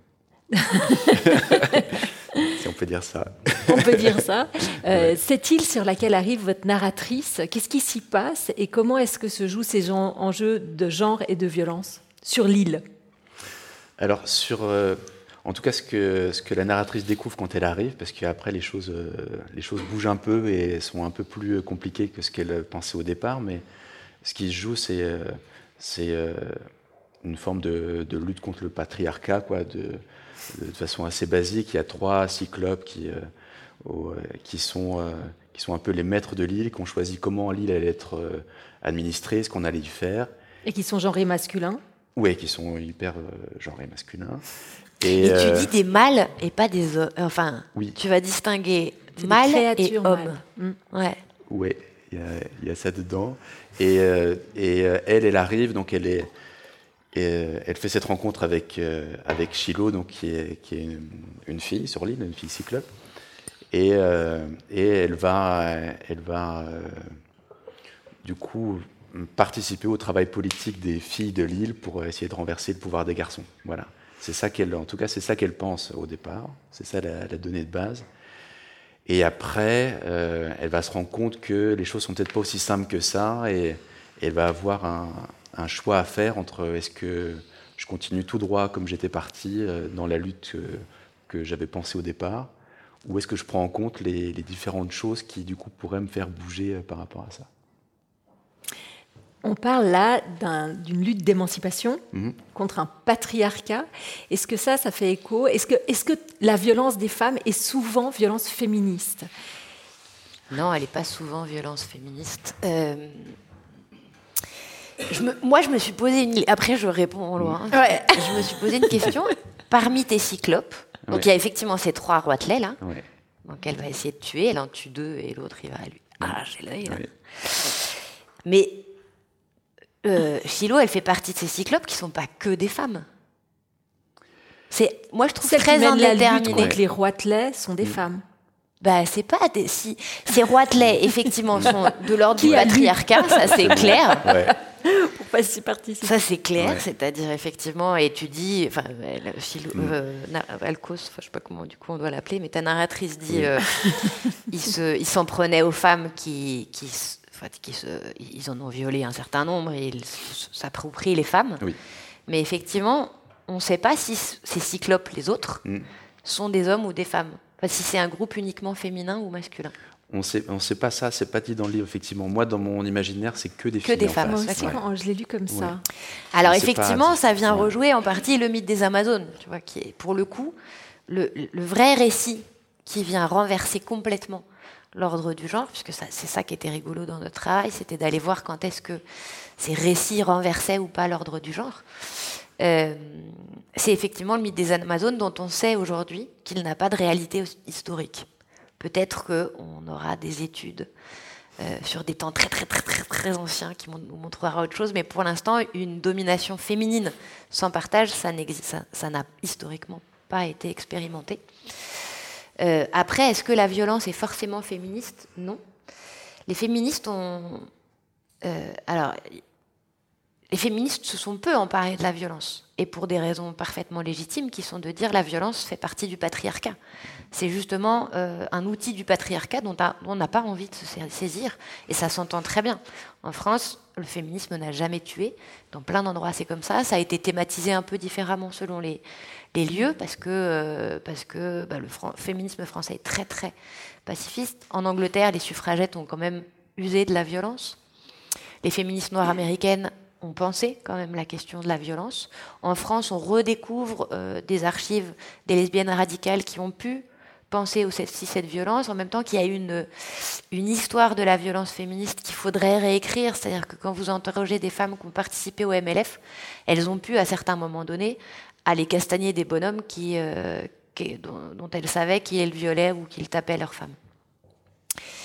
Si on peut dire ça. On peut dire ça. Euh, ouais. Cette île sur laquelle arrive votre narratrice, qu'est-ce qui s'y passe et comment est-ce que se jouent ces enjeux de genre et de violence sur l'île ? Alors, sur, euh, en tout cas, ce que, ce que la narratrice découvre quand elle arrive, parce qu'après, les choses, euh, les choses bougent un peu et sont un peu plus compliquées que ce qu'elle pensait au départ, mais ce qui se joue, c'est, euh, c'est euh, une forme de, de lutte contre le patriarcat, quoi, de... de façon assez basique. Il y a trois cyclopes qui, euh, au, qui, sont, euh, qui sont un peu les maîtres de l'île, qui ont choisi comment l'île allait être euh, administrée, ce qu'on allait y faire. Et qui sont genrés masculins ? Oui, qui sont hyper euh, genrés masculins. Et, et euh, tu dis des mâles et pas des hommes. Enfin, oui. Tu vas distinguer mâles et hommes. Mmh. Ouais. Oui, il y a, il y a ça dedans. Et, euh, et euh, elle, elle arrive, donc elle est... Et elle fait cette rencontre avec, euh, avec Chilo, donc qui est, qui est une, une fille sur l'île, une fille cyclope. Et, euh, et elle va, elle va euh, du coup, participer au travail politique des filles de l'île pour essayer de renverser le pouvoir des garçons. Voilà. C'est ça qu'elle, en tout cas, c'est ça qu'elle pense au départ. C'est ça la, la donnée de base. Et après, euh, elle va se rendre compte que les choses sont peut-être pas aussi simples que ça, et, et elle va avoir un un choix à faire entre est-ce que je continue tout droit comme j'étais parti euh, dans la lutte que, que j'avais pensée au départ, ou est-ce que je prends en compte les, les différentes choses qui du coup pourraient me faire bouger euh, par rapport à ça. On parle là d'un, d'une lutte d'émancipation mm-hmm. contre un patriarcat. Est-ce que ça, ça fait écho ? Est-ce que, est-ce que la violence des femmes est souvent violence féministe ? Non, elle n'est pas souvent violence féministe. Euh... Je me, moi, je me suis posé une... Après, je réponds en loin. Ouais. Je me suis posé une question. Parmi tes cyclopes, donc ouais. Il y a effectivement ces trois roitelets, là. Ouais. Donc, elle va essayer de tuer. Elle en tue deux et l'autre, il va lui arracher l'œil. Là. Ouais. Mais euh, Chilo, elle fait partie de ces cyclopes qui ne sont pas que des femmes. C'est, moi, je trouve Celles très indéterminé. La lutte contre ouais. les roitelets sont des mmh. femmes. Bah, c'est pas des... Si ces roitelets, effectivement, sont de l'ordre du patriarcat, ça, c'est clair. Ouais. Pour pas s'y participer. Ça, c'est clair, ouais. C'est-à-dire, effectivement, et tu dis... Enfin, Chilo, mm. euh, Alcos, enfin, je sais pas comment, du coup, on doit l'appeler, mais ta narratrice dit... Oui. Euh, il, se, il s'en prenait aux femmes qui... qui enfin, qui se, ils en ont violé un certain nombre et ils s'approprient les femmes. Oui. Mais effectivement, on ne sait pas si ces cyclopes, les autres, mm. sont des hommes ou des femmes. Enfin, si c'est un groupe uniquement féminin ou masculin. On sait, on sait pas ça, c'est pas dit dans le livre, effectivement. Moi, dans mon imaginaire, c'est que des que filles. Des femmes. Moi aussi, ouais. quand je l'ai lu comme ça. Ouais. Alors, effectivement, pas... ça vient rejouer en partie le mythe des Amazones, tu vois, qui est, pour le coup, le, le vrai récit qui vient renverser complètement l'ordre du genre, puisque ça, c'est ça qui était rigolo dans notre travail, c'était d'aller voir quand est-ce que ces récits renversaient ou pas l'ordre du genre. Euh, c'est effectivement le mythe des Amazones dont on sait aujourd'hui qu'il n'a pas de réalité historique. Peut-être qu'on aura des études euh, sur des temps très très très très très anciens qui nous montrera autre chose, mais pour l'instant, une domination féminine sans partage, ça, n'existe, ça, ça n'a historiquement pas été expérimenté. Euh, après, est-ce que la violence est forcément féministe ? Non. Les féministes ont... Euh, alors... Les féministes se sont peu emparées de la violence, et pour des raisons parfaitement légitimes, qui sont de dire la violence fait partie du patriarcat. C'est justement euh, un outil du patriarcat dont, a, dont on n'a pas envie de se saisir, et ça s'entend très bien. En France, le féminisme n'a jamais tué. Dans plein d'endroits, c'est comme ça. Ça a été thématisé un peu différemment selon les, les lieux, parce que, euh, parce que bah, le fran- féminisme français est très, très pacifiste. En Angleterre, les suffragettes ont quand même usé de la violence. Les féministes noires américaines ont pensé quand même la question de la violence. En France, on redécouvre euh, des archives des lesbiennes radicales qui ont pu penser aussi cette violence, en même temps qu'il y a une, une histoire de la violence féministe qu'il faudrait réécrire. C'est-à-dire que quand vous interrogez des femmes qui ont participé au M L F, elles ont pu, à certains moments donnés, aller castagner des bonhommes qui, euh, qui, dont, dont elles savaient qu'ils violaient ou qu'ils tapaient leurs femmes.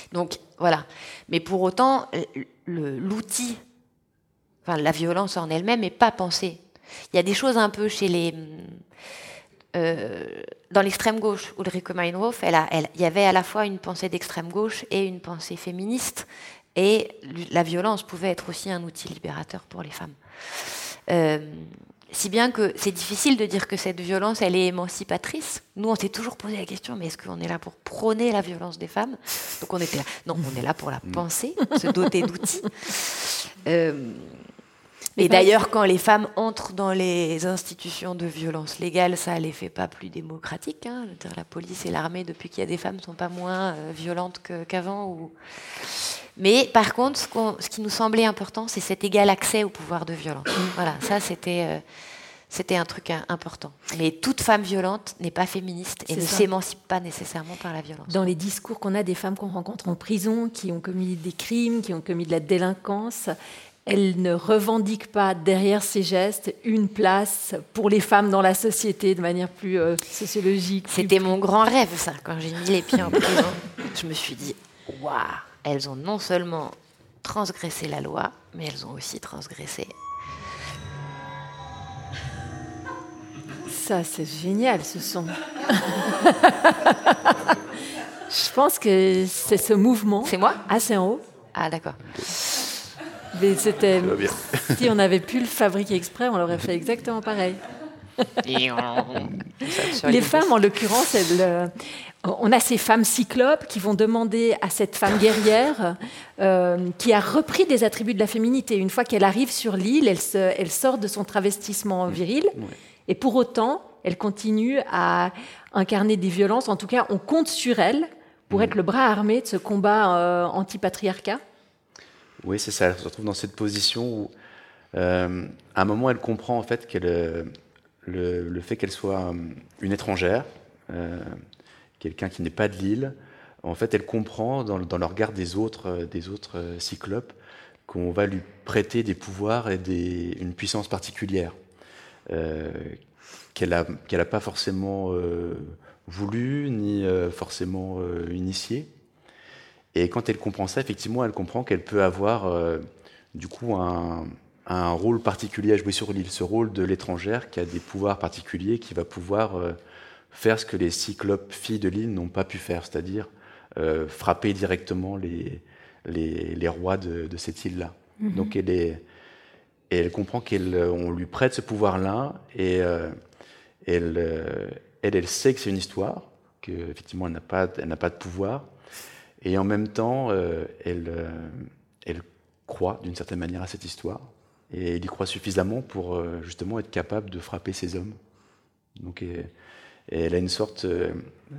Donc, voilà. Mais pour autant, le, l'outil, enfin, la violence en elle-même n'est pas pensée. Il y a des choses un peu chez les... Euh, dans l'extrême gauche, Ulrike Meinhof, elle a, elle, il y avait à la fois une pensée d'extrême gauche et une pensée féministe, et la violence pouvait être aussi un outil libérateur pour les femmes. Euh, si bien que c'est difficile de dire que cette violence, elle est émancipatrice. Nous, on s'est toujours posé la question, mais est-ce qu'on est là pour prôner la violence des femmes ? Donc on était là. Non, on est là pour la penser, se doter d'outils. Euh, Et d'ailleurs, quand les femmes entrent dans les institutions de violence légale, ça ne les fait pas plus démocratiques. Hein. Je veux dire, la police et l'armée, depuis qu'il y a des femmes, ne sont pas moins euh, violentes que, qu'avant. Ou... Mais par contre, ce, qu'on, ce qui nous semblait important, c'est cet égal accès au pouvoir de violence. Voilà, ça, c'était, euh, c'était un truc important. Mais toute femme violente n'est pas féministe et c'est ne ça. s'émancipe pas nécessairement par la violence. Dans les discours qu'on a des femmes qu'on rencontre en prison, qui ont commis des crimes, qui ont commis de la délinquance... Elle ne revendique pas derrière ces gestes une place pour les femmes dans la société de manière plus euh, sociologique. C'était plus... mon grand rêve, ça, quand j'ai mis les pieds en prison. Je me suis dit, waouh, elles ont non seulement transgressé la loi, mais elles ont aussi transgressé. Ça, c'est génial, ce son. Je pense que c'est ce mouvement. C'est moi ? Assez en haut. Ah, d'accord. Mais c'était, si on avait pu le fabriquer exprès, on l'aurait fait exactement pareil. Les femmes, en l'occurrence, elles, on a ces femmes cyclopes qui vont demander à cette femme guerrière euh, qui a repris des attributs de la féminité. Une fois qu'elle arrive sur l'île, elle, se, elle sort de son travestissement viril. Et pour autant, elle continue à incarner des violences. En tout cas, on compte sur elle pour être le bras armé de ce combat euh, anti-patriarcat. Oui, c'est ça. Elle se retrouve dans cette position où, euh, à un moment, elle comprend en fait qu'elle, euh, le, le fait qu'elle soit euh, une étrangère, euh, quelqu'un qui n'est pas de l'île, en fait, elle comprend dans, dans le regard des autres, euh, des autres euh, cyclopes qu'on va lui prêter des pouvoirs et des, une puissance particulière euh, qu'elle n'a qu'elle a pas forcément euh, voulu ni euh, forcément euh, initiée. Et quand elle comprend ça, effectivement, elle comprend qu'elle peut avoir euh, du coup un, un rôle particulier à jouer sur l'île, ce rôle de l'étrangère qui a des pouvoirs particuliers, qui va pouvoir euh, faire ce que les cyclopes filles de l'île n'ont pas pu faire, c'est-à-dire euh, frapper directement les, les, les rois de, de cette île-là. Mm-hmm. Donc elle, est, et elle comprend qu'on lui prête ce pouvoir-là, et euh, elle, euh, elle, elle sait que c'est une histoire, qu'effectivement elle n'a pas, elle n'a pas de pouvoir. Et en même temps, euh, elle, euh, elle croit d'une certaine manière à cette histoire, et elle y croit suffisamment pour euh, justement être capable de frapper ces hommes. Donc, et, et elle a une sorte, euh,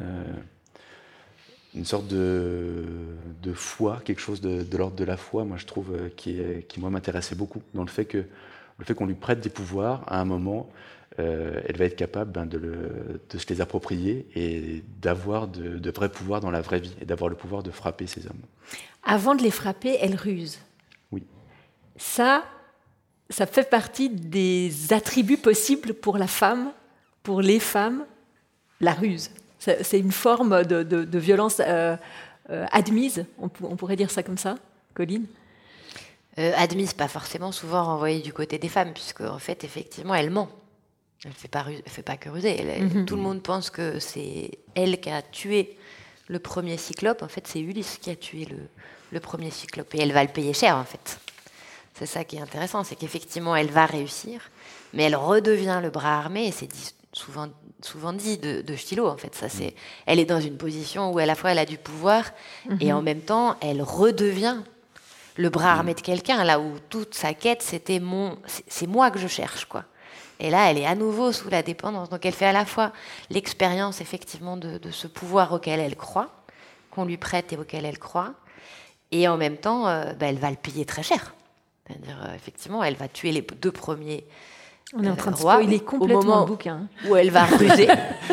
une sorte de, de foi, quelque chose de, de l'ordre de la foi, moi je trouve, euh, qui, est, qui moi m'intéressait beaucoup, dans le fait que le fait qu'on lui prête des pouvoirs, à un moment, euh, elle va être capable ben, de, le, de se les approprier et d'avoir de, de vrais pouvoirs dans la vraie vie, et d'avoir le pouvoir de frapper ces hommes. Avant de les frapper, elle ruse. Oui. Ça, ça fait partie des attributs possibles pour la femme, pour les femmes, la ruse. C'est une forme de, de, de violence euh, euh, admise, on, on pourrait dire ça comme ça, Colline ? euh, Admise, pas forcément souvent renvoyée du côté des femmes, puisque en fait, effectivement, elle ment. Elle ne fait pas, fait pas que ruser. Elle, mm-hmm. Tout le monde pense que c'est elle qui a tué le premier cyclope. En fait, c'est Ulysse qui a tué le, le premier cyclope. Et elle va le payer cher, en fait. C'est ça qui est intéressant, c'est qu'effectivement, elle va réussir, mais elle redevient le bras armé, et c'est dit, souvent, souvent dit de, de Stilo, en fait. Ça, c'est, elle est dans une position où, à la fois, elle a du pouvoir, mm-hmm. et en même temps, elle redevient le bras armé de quelqu'un, là où toute sa quête, c'était mon, c'est, c'est moi que je cherche, quoi. Et là, elle est à nouveau sous la dépendance. Donc, elle fait à la fois l'expérience, effectivement, de, de ce pouvoir auquel elle croit, qu'on lui prête et auquel elle croit. Et en même temps, euh, bah, elle va le payer très cher. C'est-à-dire, euh, effectivement, elle va tuer les deux premiers On est en train de rois, spoiler complètement au moment le bouquin. Où elle va ruser.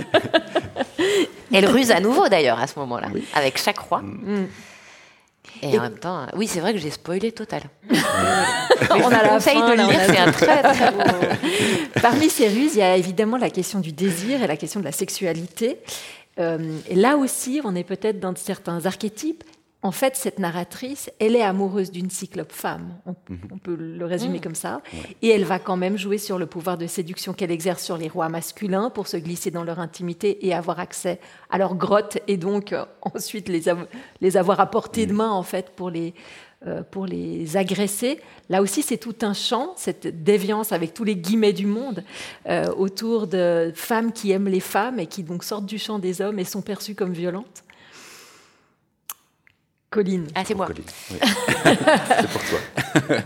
Elle ruse à nouveau, d'ailleurs, à ce moment-là, oui. Avec chaque roi. Mm. Et, et en même temps, oui, c'est vrai que j'ai spoilé total. On a la conseil fin, de lire, c'est un très très beau. Parmi ces ruses, il y a évidemment la question du désir et la question de la sexualité. Euh, et là aussi, on est peut-être dans certains archétypes. en fait, cette narratrice, elle est amoureuse d'une cyclope femme, on, Mhm. on peut le résumer Mmh. comme ça, Ouais. et elle va quand même jouer sur le pouvoir de séduction qu'elle exerce sur les rois masculins pour se glisser dans leur intimité et avoir accès à leur grotte, et donc euh, ensuite les, av- les avoir à portée de main, en fait, pour les, euh, pour les agresser. Là aussi, c'est tout un champ, cette déviance avec tous les guillemets du monde, euh, autour de femmes qui aiment les femmes et qui donc sortent du champ des hommes et sont perçues comme violentes. Colline. Ah, c'est Pour moi. Colline, oui. C'est pour toi.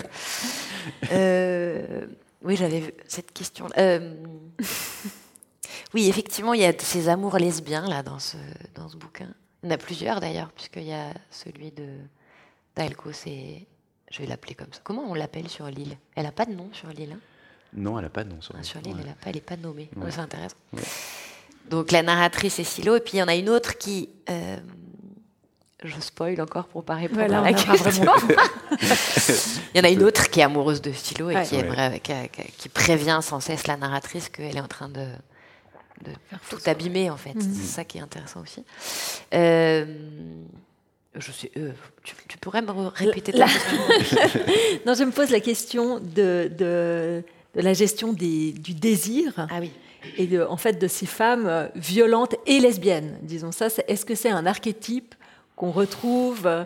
Euh, oui, j'avais vu cette question. Euh, oui, effectivement, il y a ces amours lesbiens là dans ce dans ce bouquin. Il y en a plusieurs d'ailleurs, puisqu'il y a celui de d'Alcos et je vais l'appeler comme ça. Comment on l'appelle sur l'île? Elle a pas de nom sur l'île. Hein Non, elle n'a pas de nom sur Ah, l'île. sur l'île, Ouais. elle a pas, elle est pas nommée. Ouais. Ouais, c'est intéressant. Ouais. Donc la narratrice est Silo, et puis il y en a une autre qui. euh, je spoil encore pour pas répondre Voilà, à on la verra question. vraiment. Il y en a une autre qui est amoureuse de Silo et Ouais. qui, aimerait, qui, qui- qui prévient sans cesse la narratrice qu'elle est en train de, de tout abîmer, en fait. Mhm. C'est ça qui est intéressant aussi. Euh, je sais, euh, tu, tu pourrais me répéter ta La- question? Non, je me pose la question de, de, de la gestion des, du désir Ah oui. et de, en fait, de ces femmes euh, violentes et lesbiennes, disons ça. C'est- Est-ce que c'est un archétype qu'on retrouve euh,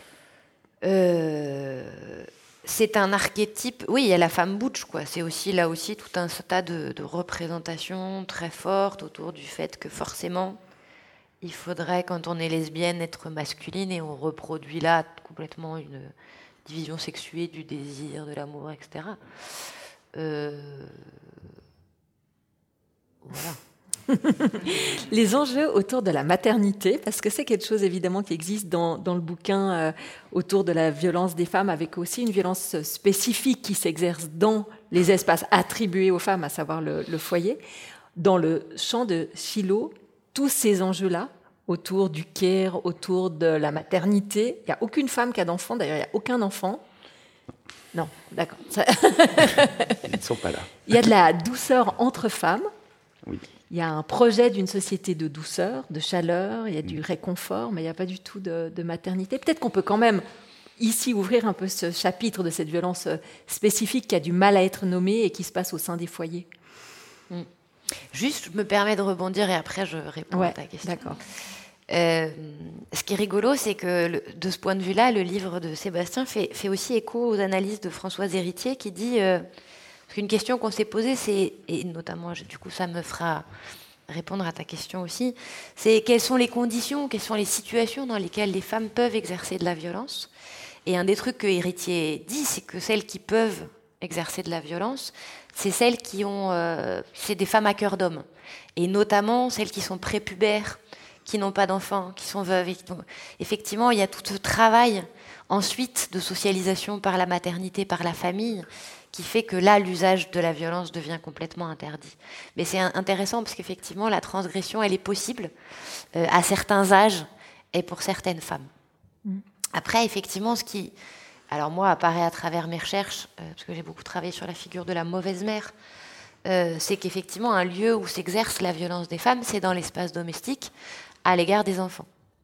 Euh, c'est un archétype. Oui, il y a la femme butch, quoi. C'est aussi là aussi tout un tas de, de représentations très fortes autour du fait que forcément, il faudrait, quand on est lesbienne, être masculine, et on reproduit là complètement une division sexuée du désir, de l'amour, et cetera. Euh, Voilà. les enjeux autour de la maternité, parce que c'est quelque chose évidemment qui existe dans, dans le bouquin euh, autour de la violence des femmes, avec aussi une violence spécifique qui s'exerce dans les espaces attribués aux femmes, à savoir le, le foyer. Dans le champ de Silo, tous ces enjeux-là, autour du care, autour de la maternité, il n'y a aucune femme qui a d'enfant, d'ailleurs il n'y a aucun enfant. Non, d'accord. Ça- Ils ne sont pas là. Il y a de la douceur entre femmes. Oui. Il y a un projet d'une société de douceur, de chaleur, il y a du réconfort, mais il n'y a pas du tout de, de maternité. Peut-être qu'on peut quand même ici ouvrir un peu ce chapitre de cette violence spécifique qui a du mal à être nommée et qui se passe au sein des foyers. Juste, je me permets de rebondir et après je réponds à Ouais, ta question. d'accord. Euh, ce qui est rigolo, c'est que le- de ce point de vue-là, le livre de Sébastien fait, fait aussi écho aux analyses de Françoise Héritier qui dit... Euh, parce qu'une question qu'on s'est posée, c'est, et notamment, je- du coup, ça me fera répondre à ta question aussi, c'est quelles sont les conditions, quelles sont les situations dans lesquelles les femmes peuvent exercer de la violence. Et un des trucs que Héritier dit, c'est que celles qui peuvent exercer de la violence, c'est celles qui ont... euh, c'est des femmes à cœur d'homme. Et notamment celles qui sont prépubères, qui n'ont pas d'enfants, qui sont veuves. Et qui ont- Effectivement, il y a tout ce travail ensuite de socialisation par la maternité, par la famille, qui fait que là, l'usage de la violence devient complètement interdit. Mais c'est un- intéressant parce qu'effectivement, la transgression, elle est possible euh, à certains âges et pour certaines femmes. Après, effectivement, ce qui, alors moi, apparaît à travers mes recherches, euh, parce que j'ai beaucoup travaillé sur la figure de la mauvaise mère, euh, c'est qu'effectivement, un lieu où s'exerce la violence des femmes, c'est dans l'espace domestique à l'égard des enfants.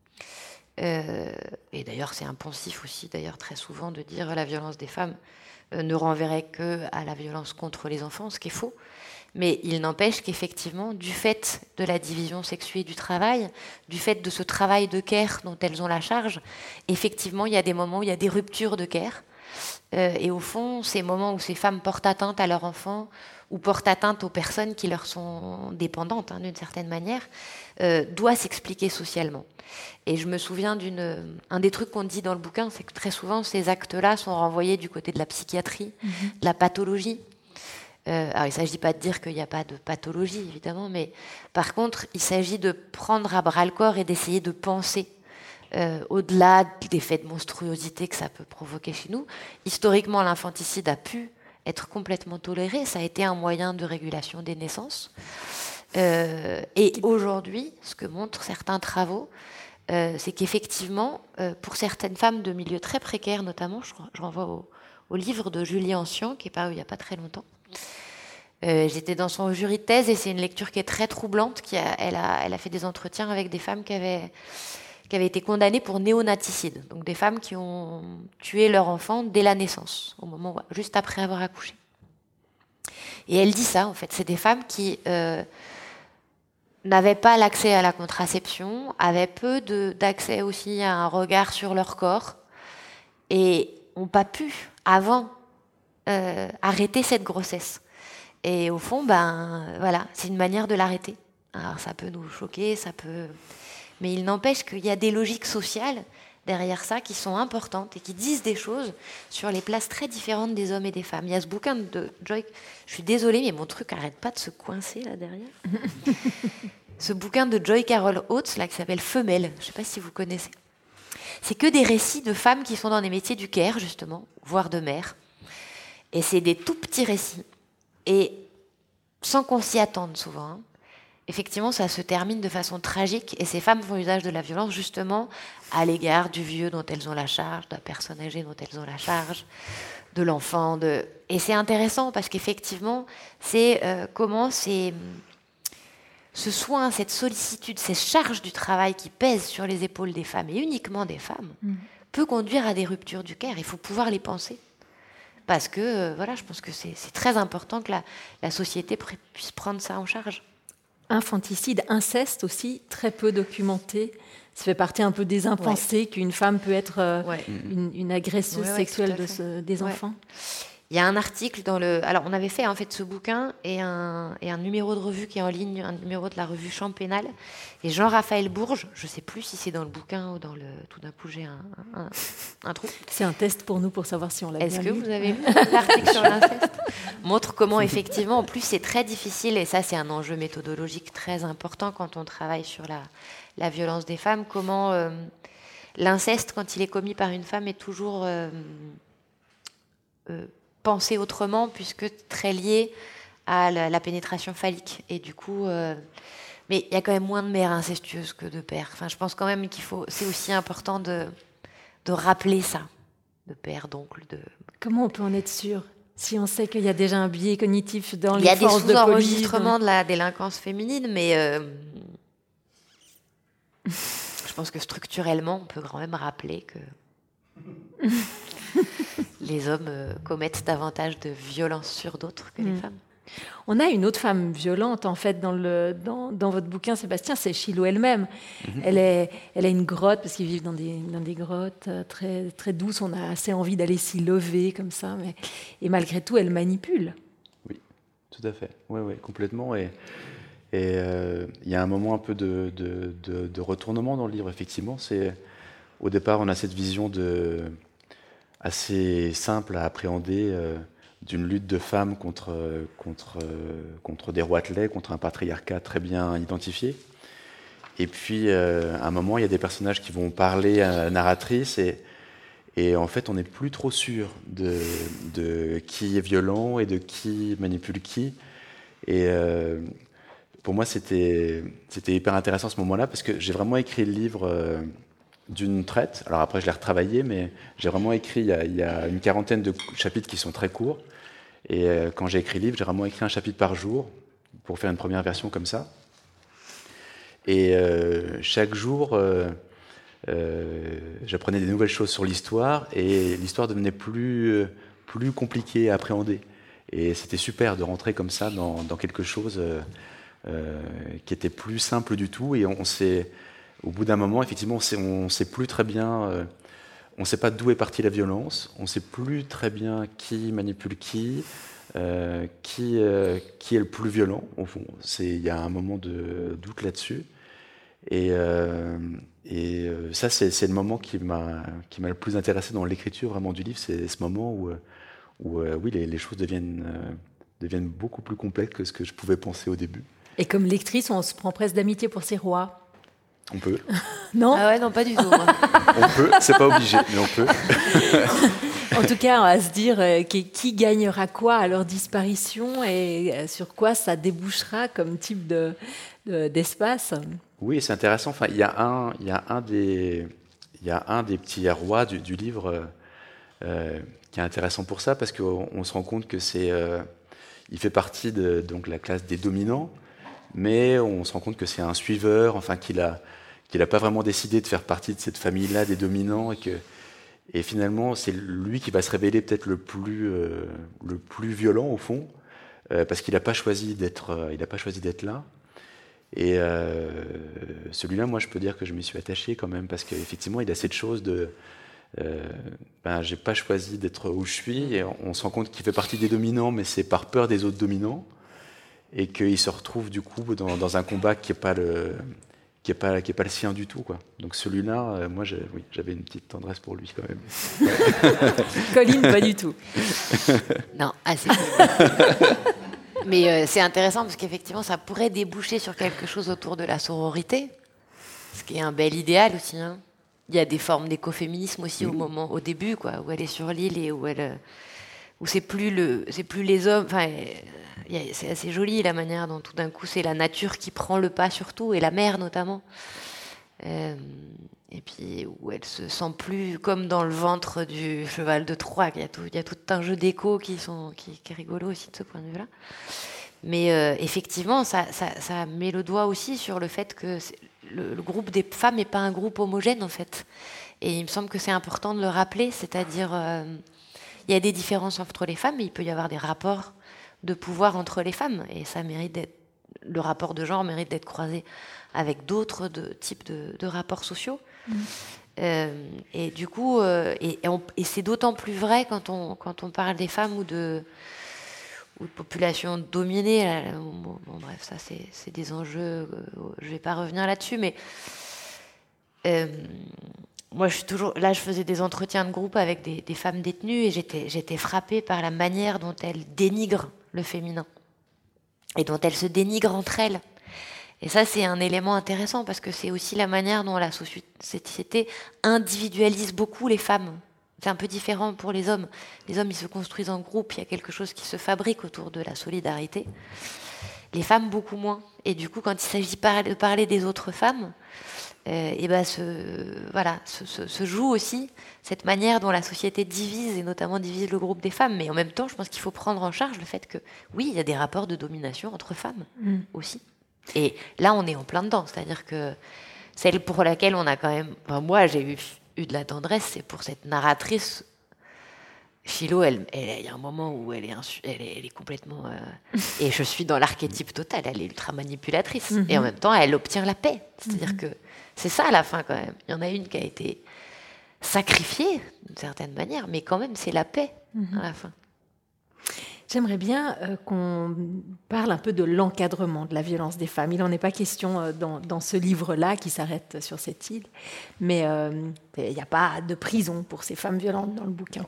Euh, et d'ailleurs, c'est impensif aussi, d'ailleurs, très souvent, de dire la violence des femmes euh, ne renverrait que à la violence contre les enfants, ce qui est faux. Mais il n'empêche qu'effectivement, du fait de la division sexuée du travail, du fait de ce travail de care dont elles ont la charge, effectivement, il y a des moments où il y a des ruptures de care. Euh, et au fond, ces moments où ces femmes portent atteinte à leurs enfants ou portent atteinte aux personnes qui leur sont dépendantes, hein, d'une certaine manière, euh, doit s'expliquer socialement. Et je me souviens d'une... Un des trucs qu'on dit dans le bouquin, c'est que très souvent, ces actes-là sont renvoyés du côté de la psychiatrie, mmh. de la pathologie. Euh, alors, il ne s'agit pas de dire qu'il n'y a pas de pathologie, évidemment, mais par contre, il s'agit de prendre à bras-le-corps et d'essayer de penser euh, au-delà des faits de monstruosité que ça peut provoquer chez nous. Historiquement, l'infanticide a pu être complètement toléré. Ça a été un moyen de régulation des naissances. Euh, et aujourd'hui, ce que montrent certains travaux, euh, c'est qu'effectivement, euh, pour certaines femmes de milieux très précaires, notamment, je, je renvoie au, au livre de Julie Ancien, qui est paru il n'y a pas très longtemps. Euh, j'étais dans son jury de thèse et c'est une lecture qui est très troublante. Qui a, elle, a, elle a fait des entretiens avec des femmes qui avaient, qui avaient été condamnées pour néonaticide, donc des femmes qui ont tué leur enfant dès la naissance, au moment, juste après avoir accouché. Et elle dit ça, en fait, c'est des femmes qui euh, n'avaient pas l'accès à la contraception, avaient peu de, d'accès aussi à un regard sur leur corps, et n'ont pas pu, avant, euh, arrêter cette grossesse. Et au fond, ben, voilà, c'est une manière de l'arrêter. Alors ça peut nous choquer, ça peut... mais il n'empêche qu'il y a des logiques sociales derrière ça qui sont importantes et qui disent des choses sur les places très différentes des hommes et des femmes. Il y a ce bouquin de Joy... Je suis désolée, mais mon truc n'arrête pas de se coincer là derrière. Ce bouquin de Joy Carol Oates, là, qui s'appelle Femelle, je ne sais pas si vous connaissez. C'est que des récits de femmes qui sont dans des métiers du care, justement, voire de mère. Et c'est des tout petits récits. Et sans qu'on s'y attende souvent, hein. Effectivement, ça se termine de façon tragique et ces femmes font usage de la violence justement à l'égard du vieux dont elles ont la charge, de la personne âgée dont elles ont la charge, de l'enfant. De... Et c'est intéressant parce qu'effectivement, c'est euh, comment c'est, ce soin, cette sollicitude, ces charges du travail qui pèsent sur les épaules des femmes et uniquement des femmes, mmh. peut conduire à des ruptures du care. Il faut pouvoir les penser. Parce que, euh, voilà, je pense que c'est, c'est très important que la, la société puisse prendre ça en charge. Infanticide, inceste aussi, très peu documenté. Ça fait partie un peu des impensés ouais. qu'une femme peut être euh, ouais. une, une agresseuse ouais, ouais, sexuelle de ce, des ouais. enfants. Il y a un article dans le... Alors, on avait fait en fait ce bouquin et un, et un numéro de revue qui est en ligne, un numéro de la revue Champ Pénal. Et Jean-Raphaël Bourges, je ne sais plus si c'est dans le bouquin ou dans le... Tout d'un coup, j'ai un, un, un trou. C'est un test pour nous pour savoir si on l'a Est-ce bien que lu. vous avez lu l'article sur l'inceste ? Montre comment, effectivement, en plus, c'est très difficile, et ça, c'est un enjeu méthodologique très important quand on travaille sur la, la violence des femmes, comment euh, l'inceste, quand il est commis par une femme, est toujours... Euh, euh, penser autrement, puisque très lié à la, la pénétration phallique. Et du coup, euh, mais il y a quand même moins de mères incestueuses que de pères. Enfin, je pense quand même qu'il faut, c'est aussi important de, de rappeler ça, de père, d'oncle. De... Comment on peut en être sûr si on sait qu'il y a déjà un biais cognitif dans les forces de police ? Il y a des sous-enregistrements de la délinquance féminine, mais euh, je pense que structurellement, on peut quand même rappeler que les hommes euh, commettent davantage de violences sur d'autres que mmh. les femmes. On a une autre femme violente, en fait, dans, le, dans, dans votre bouquin, Sébastien, c'est Chilo elle-même. Mmh. Elle, est, elle a une grotte, parce qu'ils vivent dans des, dans des grottes très, très douces. On a assez envie d'aller s'y lever, comme ça. Mais, et malgré tout, elle manipule. Oui, tout à fait. Oui, oui, complètement. Et il et, euh, y a un moment un peu de, de, de, de retournement dans le livre, effectivement. C'est, au départ, on a cette vision de... assez simple à appréhender euh, d'une lutte de femmes contre, contre, euh, contre des roitelets, contre un patriarcat très bien identifié. Et puis, euh, à un moment, il y a des personnages qui vont parler à la narratrice et, et en fait, on n'est plus trop sûr de, de qui est violent et de qui manipule qui. Et euh, pour moi, c'était, c'était hyper intéressant à ce moment-là parce que j'ai vraiment écrit le livre... Euh, d'une traite. Alors après, je l'ai retravaillé, mais j'ai vraiment écrit, il y a, il y a une quarantaine de chapitres qui sont très courts. Et euh, quand j'ai écrit le livre, j'ai vraiment écrit un chapitre par jour pour faire une première version comme ça. Et euh, chaque jour, euh, euh, j'apprenais des nouvelles choses sur l'histoire et l'histoire devenait plus, plus compliquée à appréhender. Et c'était super de rentrer comme ça dans, dans quelque chose euh, euh, qui était plus simple du tout. Et on, on s'est... Au bout d'un moment, effectivement, on ne sait plus très bien, euh, on ne sait pas d'où est partie la violence, on ne sait plus très bien qui manipule qui, euh, qui, euh, qui est le plus violent, au fond. Il y a un moment de doute là-dessus. Et, euh, et euh, ça, c'est, c'est le moment qui m'a, qui m'a le plus intéressé dans l'écriture vraiment du livre, c'est ce moment où, où euh, oui, les, les choses deviennent, euh, deviennent beaucoup plus complexes que ce que je pouvais penser au début. Et comme lectrice, on se prend presque d'amitié pour ces rois. On peut. Non ? Ah ouais, non, pas du tout. Moi. On peut, c'est pas obligé, mais on peut. En tout cas, on va se dire euh, qui, qui gagnera quoi à leur disparition et euh, sur quoi ça débouchera comme type de, de, d'espace. Oui, c'est intéressant. Enfin, il y a un, il y a un des, il y a un des petits rois du, du livre euh, qui est intéressant pour ça parce qu'on on se rend compte que c'est, euh, il fait partie de donc la classe des dominants. Mais on se rend compte que c'est un suiveur, enfin qu'il a, qu'il n'a pas vraiment décidé de faire partie de cette famille-là des dominants et que et finalement c'est lui qui va se révéler peut-être le plus euh, le plus violent au fond euh, parce qu'il n'a pas choisi d'être euh, il n'a pas choisi d'être là. Et euh, celui-là, moi, je peux dire que je m'y suis attaché quand même parce qu'effectivement, il a cette chose de euh, ben, j'ai pas choisi d'être où je suis. Et on se rend compte qu'il fait partie des dominants, mais c'est par peur des autres dominants. Et qu'il se retrouve du coup dans, dans un combat qui n'est pas le qui est pas qui est pas le sien du tout, quoi. Donc celui-là, euh, moi, j'ai, oui, j'avais une petite tendresse pour lui quand même. Colline, pas du tout. Non, assez. Mais euh, c'est intéressant parce qu'effectivement, ça pourrait déboucher sur quelque chose autour de la sororité, ce qui est un bel idéal aussi. Hein. Il y a des formes d'écoféminisme aussi mmh. au moment, au début, quoi, où elle est sur l'île et où elle, où c'est plus le, c'est plus les hommes. Enfin, c'est assez joli la manière dont tout d'un coup c'est la nature qui prend le pas sur tout et la mer notamment. Euh, et puis où elle se sent plus comme dans le ventre du cheval de Troie. Il y a tout, il y a tout un jeu d'écho qui, sont, qui, qui est rigolo aussi de ce point de vue-là. Mais euh, effectivement, ça, ça, ça met le doigt aussi sur le fait que le, le groupe des femmes n'est pas un groupe homogène en fait. Et il me semble que c'est important de le rappeler, c'est-à-dire euh, il y a des différences entre les femmes, mais il peut y avoir des rapports de pouvoir entre les femmes. Et ça mérite d'être, le rapport de genre mérite d'être croisé avec d'autres de, types de, de rapports sociaux. Mmh. Euh, et du coup, euh, et, et, on, et c'est d'autant plus vrai quand on, quand on parle des femmes ou de, ou de populations dominées. Là, bon, bon, bref, ça, c'est, c'est des enjeux. Euh, je ne vais pas revenir là-dessus, mais euh, moi, je suis toujours. Là, je faisais des entretiens de groupe avec des, des femmes détenues et j'étais, j'étais frappée par la manière dont elles dénigrent le féminin et dont elles se dénigrent entre elles. Et ça, c'est un élément intéressant parce que c'est aussi la manière dont la société individualise beaucoup les femmes. C'est un peu différent pour les hommes. Les hommes, ils se construisent en groupe, il y a quelque chose qui se fabrique autour de la solidarité. Les femmes, beaucoup moins. Et du coup, quand il s'agit de parler des autres femmes, euh, et ben se, voilà, se, se, se joue aussi cette manière dont la société divise, et notamment divise le groupe des femmes. Mais en même temps, je pense qu'il faut prendre en charge le fait que, oui, il y a des rapports de domination entre femmes mmh. aussi. Et là, on est en plein dedans. C'est-à-dire que celle pour laquelle on a quand même... Enfin, moi, j'ai eu, eu de la tendresse, c'est pour cette narratrice. Philo, elle, elle, il y a un moment où elle est, insu- elle est, elle est complètement... Euh, et je suis dans l'archétype total. Elle est ultra manipulatrice. Mm-hmm. Et en même temps, elle obtient la paix. C'est-à-dire mm-hmm. que c'est ça, à la fin, quand même. Il y en a une qui a été sacrifiée, d'une certaine manière, mais quand même, c'est la paix, mm-hmm. à la fin. J'aimerais bien euh, qu'on parle un peu de l'encadrement de la violence des femmes. Il n'en est pas question euh, dans, dans ce livre-là qui s'arrête sur cette île, mais euh, il n'y a pas de prison pour ces femmes violentes dans le bouquin.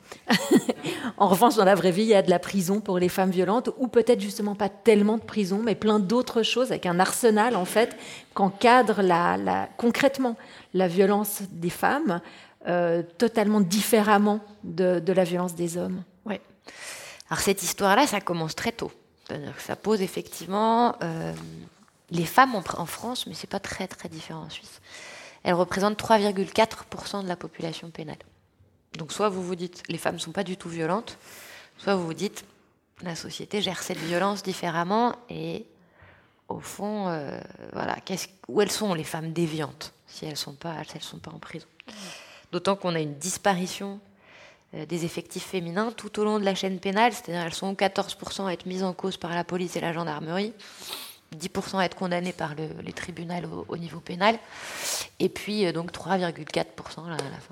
En revanche, dans la vraie vie, il y a de la prison pour les femmes violentes, ou peut-être justement pas tellement de prison, mais plein d'autres choses, avec un arsenal en fait, qu'encadre la, la, concrètement la violence des femmes, euh, totalement différemment de, de la violence des hommes. Ouais. Alors cette histoire-là, ça commence très tôt. C'est-à-dire que ça pose effectivement euh, les femmes en, en France, mais c'est pas très très différent en Suisse. Elles représentent trois virgule quatre pour cent de la population pénale. Donc soit vous vous dites les femmes sont pas du tout violentes, soit vous vous dites la société gère cette violence différemment et au fond, euh, voilà, qu'est-ce, où elles sont les femmes déviantes si elles sont pas, si elles sont pas en prison. D'autant qu'on a une disparition des effectifs féminins tout au long de la chaîne pénale, c'est-à-dire elles sont quatorze pour cent à être mises en cause par la police et la gendarmerie, dix pour cent à être condamnées par le, les tribunaux au, au niveau pénal, et puis donc trois virgule quatre pour cent à la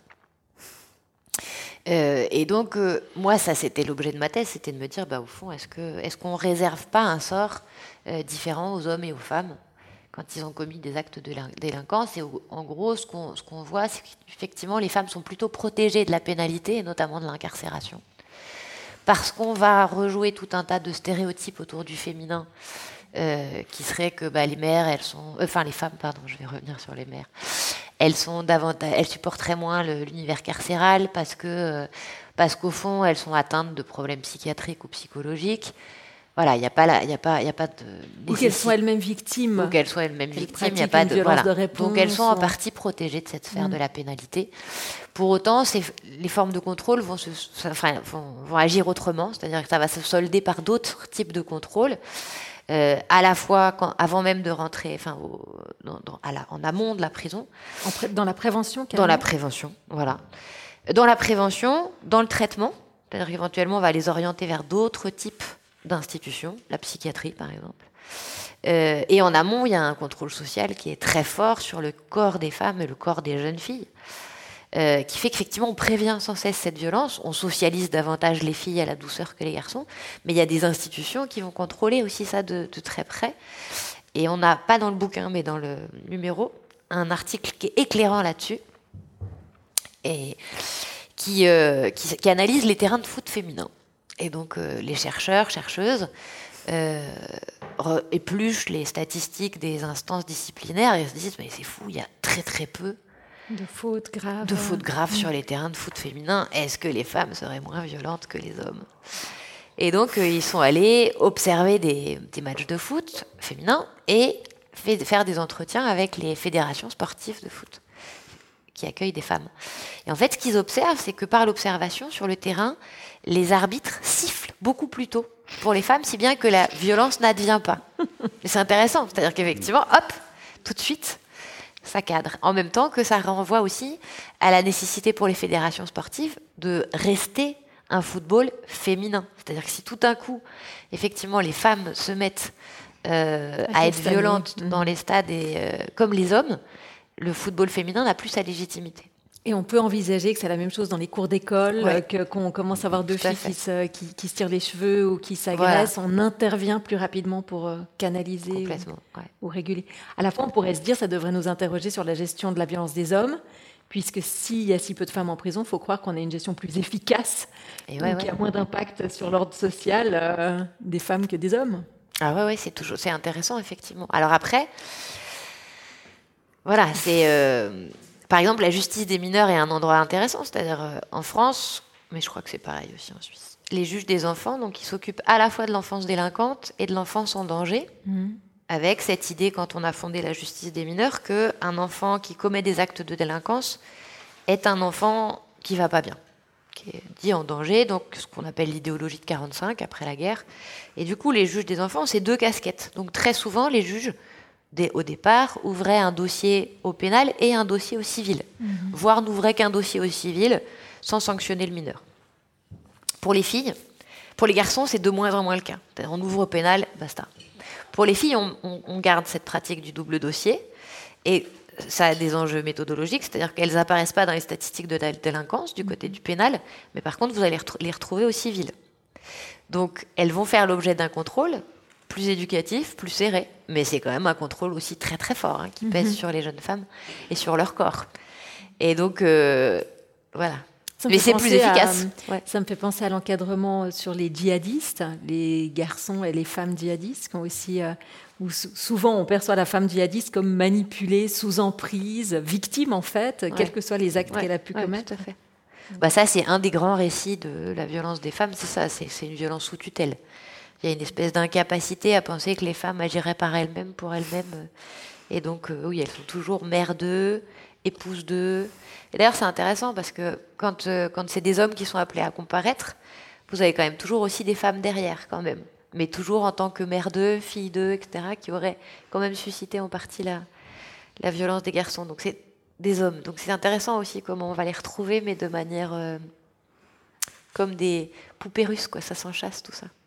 fin. Euh, et donc, euh, moi, ça, c'était l'objet de ma thèse, c'était de me dire, bah, au fond, est-ce que, est-ce qu'on ne réserve pas un sort euh, différent aux hommes et aux femmes quand ils ont commis des actes de délinquance. Et en gros, ce qu'on, ce qu'on voit, c'est qu'effectivement, les femmes sont plutôt protégées de la pénalité, et notamment de l'incarcération. Parce qu'on va rejouer tout un tas de stéréotypes autour du féminin, euh, qui serait que bah, les mères, elles sont... Euh, enfin, les femmes, pardon, je vais revenir sur les mères. Elles, sont davantage, elles supporteraient moins le, l'univers carcéral parce, que, euh, parce qu'au fond, elles sont atteintes de problèmes psychiatriques ou psychologiques. Voilà, il n'y a pas, la, y a pas, y a pas de. Ou qu'elles soient elles-mêmes victimes. Ou qu'elles soient elles-mêmes victimes, il n'y a pas de. Voilà. de réponse, Donc elles sont ou... en partie protégées de cette sphère mmh. de la pénalité. Pour autant, c'est, les formes de contrôle vont, se, enfin, vont, vont agir autrement, c'est-à-dire que ça va se solder par d'autres types de contrôles. euh, à la fois quand, avant même de rentrer, enfin, au, dans, dans, à la, en amont de la prison. En pré- dans la prévention, carrément. Dans la prévention, voilà. Dans la prévention, dans le traitement, c'est-à-dire qu'éventuellement, on va les orienter vers d'autres types d'institutions, la psychiatrie, par exemple. Euh, et en amont, il y a un contrôle social qui est très fort sur le corps des femmes et le corps des jeunes filles. Euh, qui fait qu'effectivement on prévient sans cesse cette violence, on socialise davantage les filles à la douceur que les garçons, mais il y a des institutions qui vont contrôler aussi ça de, de très près. Et on n'a pas dans le bouquin, mais dans le numéro, un article qui est éclairant là-dessus, et qui, euh, qui, qui analyse les terrains de foot féminins. Et donc euh, les chercheurs, chercheuses, euh, re- épluchent les statistiques des instances disciplinaires et se disent mais c'est fou, il y a très très peu De fautes graves. de fautes graves sur les terrains de foot féminins. Est-ce que les femmes seraient moins violentes que les hommes? Et donc, euh, ils sont allés observer des, des matchs de foot féminins et fait, faire des entretiens avec les fédérations sportives de foot qui accueillent des femmes. Et en fait, ce qu'ils observent, c'est que par l'observation sur le terrain, les arbitres sifflent beaucoup plus tôt pour les femmes, si bien que la violence n'advient pas. Mais c'est intéressant, c'est-à-dire qu'effectivement, hop, tout de suite, ça cadre. En même temps que ça renvoie aussi à la nécessité pour les fédérations sportives de rester un football féminin. C'est-à-dire que si tout d'un coup, effectivement, les femmes se mettent euh, à être violentes mmh. dans les stades et, euh, comme les hommes, le football féminin n'a plus sa légitimité. Et on peut envisager que c'est la même chose dans les cours d'école, ouais. euh, que, qu'on commence à avoir deux filles qui se, qui, qui se tirent les cheveux ou qui s'agressent. Voilà. On intervient plus rapidement pour euh, canaliser ou, ouais. ou réguler. À la fois, on pourrait se dire ça devrait nous interroger sur la gestion de la violence des hommes, puisque s'il y a si peu de femmes en prison, il faut croire qu'on a une gestion plus efficace, et ouais, donc il ouais. y a moins d'impact sur l'ordre social euh, des femmes que des hommes. Ah ouais, ouais c'est, toujours, c'est intéressant, effectivement. Alors après, voilà, c'est... Euh, Par exemple, la justice des mineurs est un endroit intéressant, c'est-à-dire euh, en France, mais je crois que c'est pareil aussi en Suisse. Les juges des enfants, donc, ils s'occupent à la fois de l'enfance délinquante et de l'enfance en danger, mmh. avec cette idée, quand on a fondé la justice des mineurs, qu'un enfant qui commet des actes de délinquance est un enfant qui ne va pas bien, qui est dit en danger, donc ce qu'on appelle l'idéologie de quarante-cinq, après la guerre. Et du coup, les juges des enfants, c'est deux casquettes. Donc très souvent, les juges... Dès, au départ, ouvrait un dossier au pénal et un dossier au civil, mmh. voire n'ouvrait qu'un dossier au civil sans sanctionner le mineur. Pour les filles, pour les garçons, c'est de moins en moins le cas. C'est-à-dire, on ouvre au pénal, basta. Pour les filles, on, on, on garde cette pratique du double dossier et ça a des enjeux méthodologiques, c'est-à-dire qu'elles n'apparaissent pas dans les statistiques de la délinquance du côté du pénal, mais par contre, vous allez les retrouver au civil. Donc, elles vont faire l'objet d'un contrôle plus éducatif, plus serré. Mais c'est quand même un contrôle aussi très très fort hein, qui pèse mmh. sur les jeunes femmes et sur leur corps. Et donc, euh, voilà. Mais c'est plus efficace. À, ouais. Ça me fait penser à l'encadrement sur les djihadistes, les garçons et les femmes djihadistes, qui ont aussi, euh, où souvent on perçoit la femme djihadiste comme manipulée, sous emprise, victime en fait, ouais. quels que soient les actes ouais. qu'elle a pu ouais, commettre. Tout à fait. Bah, ça, c'est un des grands récits de la violence des femmes, c'est ça, c'est, c'est une violence sous tutelle. Il y a une espèce d'incapacité à penser que les femmes agiraient par elles-mêmes, pour elles-mêmes. Et donc, euh, oui, elles sont toujours mères d'eux, épouses d'eux. Et d'ailleurs, c'est intéressant parce que quand, euh, quand c'est des hommes qui sont appelés à comparaître, vous avez quand même toujours aussi des femmes derrière, quand même. Mais toujours en tant que mère d'eux, fille d'eux, et cetera, qui auraient quand même suscité en partie la, la violence des garçons. Donc, c'est des hommes. Donc, c'est intéressant aussi comment on va les retrouver, mais de manière... Euh, comme des poupées russes, quoi. Ça s'enchasse, tout ça.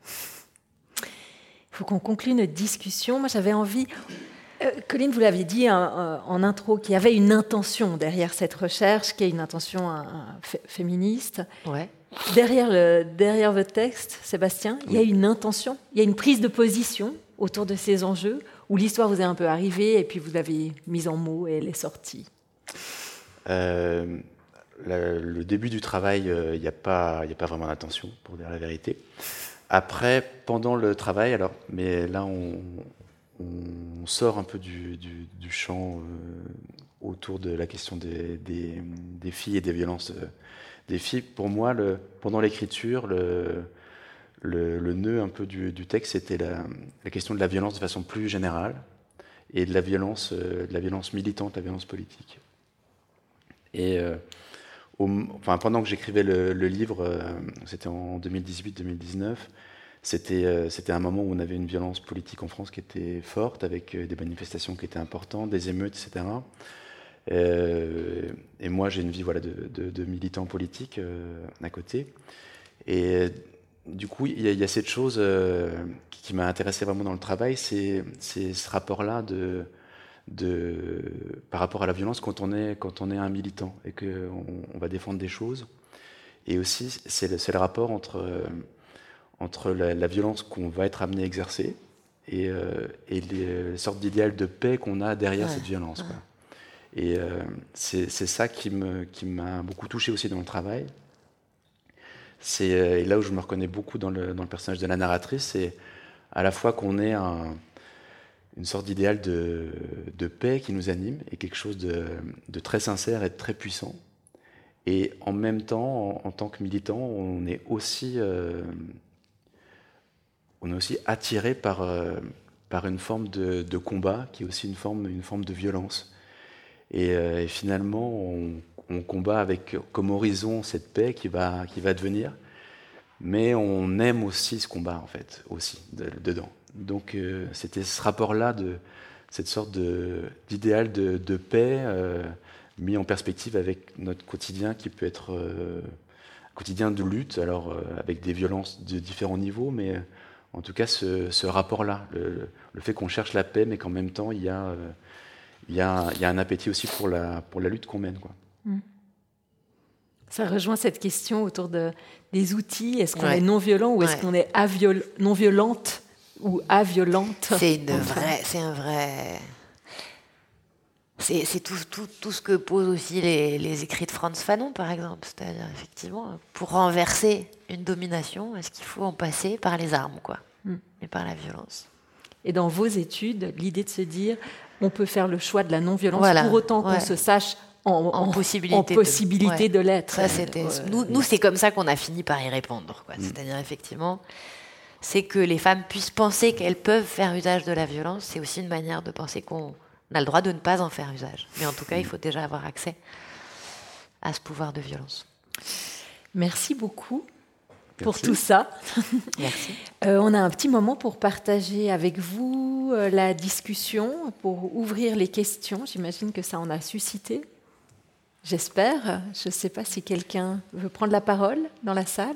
Il faut qu'on conclue notre discussion. Moi, j'avais envie... Euh, Colline, vous l'aviez dit hein, euh, en intro, qu'il y avait une intention derrière cette recherche, qui est une intention euh, f- féministe. Ouais. Derrière, le, derrière votre texte, Sébastien, il y a une intention, il y a une prise de position autour de ces enjeux, où l'histoire vous est un peu arrivée, et puis vous l'avez mise en mots, et elle est sortie. Euh, la, le début du travail, il euh, n'y a, a pas vraiment d'intention, pour dire la vérité. Après, pendant le travail, alors, mais là, on, on sort un peu du, du, du champ euh, autour de la question des, des, des filles et des violences euh, des filles. Pour moi, le, pendant l'écriture, le, le, le nœud un peu du, du texte, c'était la, la question de la violence de façon plus générale et de la violence, euh, de la violence militante, la violence politique. Et euh, au, enfin, pendant que j'écrivais le, le livre, euh, c'était en deux mille dix-huit deux mille dix-neuf, c'était, euh, c'était un moment où on avait une violence politique en France qui était forte, avec euh, des manifestations qui étaient importantes, des émeutes, et cetera. Euh, et moi, j'ai une vie voilà, de, de, de militant politique euh, à côté. Et du coup, il y, y a cette chose euh, qui, qui m'a intéressé vraiment dans le travail, c'est, c'est ce rapport-là de, de, par rapport à la violence quand on est, quand on est un militant et qu'on on va défendre des choses. Et aussi, c'est le, c'est le rapport entre, euh, entre la, la violence qu'on va être amené à exercer et, euh, et les, les sortes d'idéal de paix qu'on a derrière ouais, cette violence. Ouais. Quoi. Et euh, c'est, c'est ça qui, me, qui m'a beaucoup touché aussi dans le travail. C'est, et là où je me reconnais beaucoup dans le, dans le personnage de la narratrice, c'est à la fois qu'on ait un, une sorte d'idéal de, de paix qui nous anime et quelque chose de, de très sincère et de très puissant. Et en même temps, en, en tant que militant, on est aussi, euh, on est aussi attiré par, euh, par une forme de, de combat qui est aussi une forme, une forme de violence. Et, euh, et finalement, on, on combat avec comme horizon cette paix qui va, qui va devenir, mais on aime aussi ce combat, en fait, aussi, de, dedans. Donc, euh, c'était ce rapport-là, de cette sorte de, d'idéal de, de paix euh, mis en perspective avec notre quotidien qui peut être euh, un quotidien de lutte, alors euh, avec des violences de différents niveaux, mais euh, en tout cas, ce, ce rapport-là, le, le fait qu'on cherche la paix, mais qu'en même temps, il y a... Euh, Il y, a, il y a un appétit aussi pour la, pour la lutte qu'on mène, quoi. Ça rejoint cette question autour de, des outils. Est-ce qu'on ouais. est non-violent ou est-ce ouais. qu'on est aviol, non-violente ou aviolente? C'est, une vraie, c'est un vrai... C'est, c'est tout, tout, tout ce que posent aussi les, les écrits de Frantz Fanon, par exemple. C'est-à-dire, effectivement, pour renverser une domination, est-ce qu'il faut en passer par les armes, quoi, mm. et par la violence? Et dans vos études, l'idée de se dire... on peut faire le choix de la non-violence voilà, pour autant qu'on ouais. se sache en, en, en possibilité, en possibilité de, de, ouais. de l'être. Ça, c'était, ouais. nous, nous, c'est comme ça qu'on a fini par y répondre. Quoi. Mmh. C'est-à-dire, effectivement, c'est que les femmes puissent penser qu'elles peuvent faire usage de la violence. C'est aussi une manière de penser qu'on a le droit de ne pas en faire usage. Mais en tout cas, il faut déjà avoir accès à ce pouvoir de violence. Merci beaucoup. Pour Merci. Tout ça. Merci. Euh, on a un petit moment pour partager avec vous euh, la discussion, pour ouvrir les questions. J'imagine que ça en a suscité. J'espère. Je ne sais pas si quelqu'un veut prendre la parole dans la salle.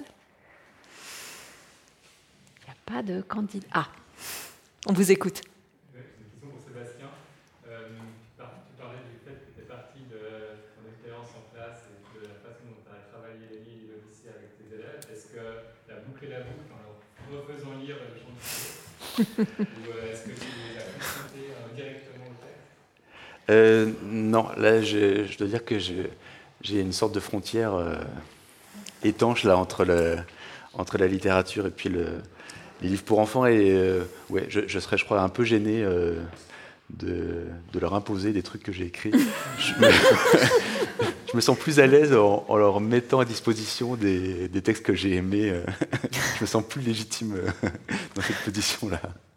Il n'y a pas de candidat. Ah, on vous écoute. Oui, une question pour Sébastien. Euh, tu parlais du fait que tu étais partie de ton expérience en classe et de la façon dont tu as travaillé les livres et l'Odyssée avec tes élèves. Est-ce que tu as bouclé la boucle en leur refaisant lire le chant du ciel ou euh, est-ce que tu as confronté euh, directement au texte? euh, Non, là je, je dois dire que je, j'ai une sorte de frontière euh, étanche là, entre, le, entre la littérature et puis le, les livres pour enfants. Et euh, ouais, je, je serais, je crois, un peu gêné euh, de, de leur imposer des trucs que j'ai écrits. Je me, je me sens plus à l'aise en, en leur mettant à disposition des, des textes que j'ai aimés. Euh, je me sens plus légitime euh, dans cette position-là.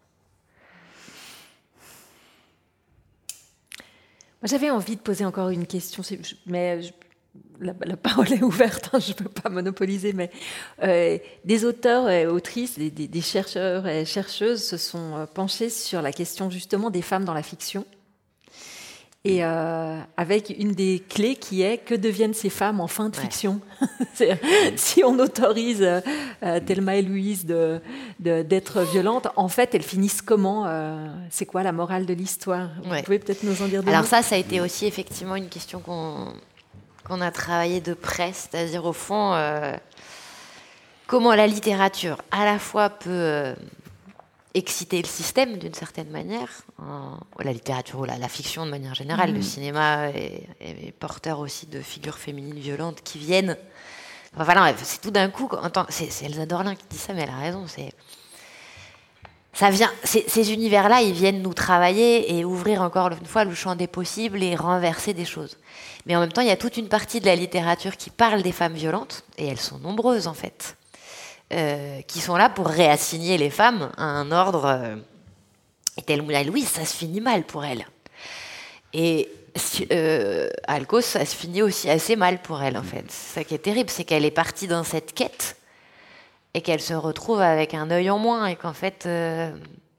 Moi, j'avais envie de poser encore une question, mais je, la, la parole est ouverte, hein, je ne peux pas monopoliser, mais euh, des auteurs et autrices, des, des, des chercheurs et chercheuses se sont penchés sur la question justement des femmes dans la fiction. Et euh, avec une des clés qui est que deviennent ces femmes en fin de fiction. Ouais. Si on autorise euh, Thelma et Louise de, de, d'être violentes, en fait, elles finissent comment euh, c'est quoi la morale de l'histoire? Vous ouais. pouvez peut-être nous en dire deux Alors mots? ça, ça a été aussi effectivement une question qu'on, qu'on a travaillé de près, c'est-à-dire au fond, euh, comment la littérature à la fois peut... Euh, exciter le système d'une certaine manière, hein, la littérature ou la, la fiction de manière générale, mmh. le cinéma est, est porteur aussi de figures féminines violentes qui viennent. Enfin, voilà, c'est tout d'un coup, en tant, c'est, c'est Elsa Dorlin qui dit ça, mais elle a raison. C'est, ça vient, c'est, ces univers-là, ils viennent nous travailler et ouvrir encore une fois le champ des possibles et renverser des choses. Mais en même temps, il y a toute une partie de la littérature qui parle des femmes violentes, et elles sont nombreuses en fait. Euh, qui sont là pour réassigner les femmes à un ordre. Euh, et Thelma et Louise, ça se finit mal pour elle. Et euh, Alcos, ça se finit aussi assez mal pour elle, en fait. C'est ça qui est terrible, c'est qu'elle est partie dans cette quête. et qu'elle se retrouve avec un œil en moins et qu'en fait, euh,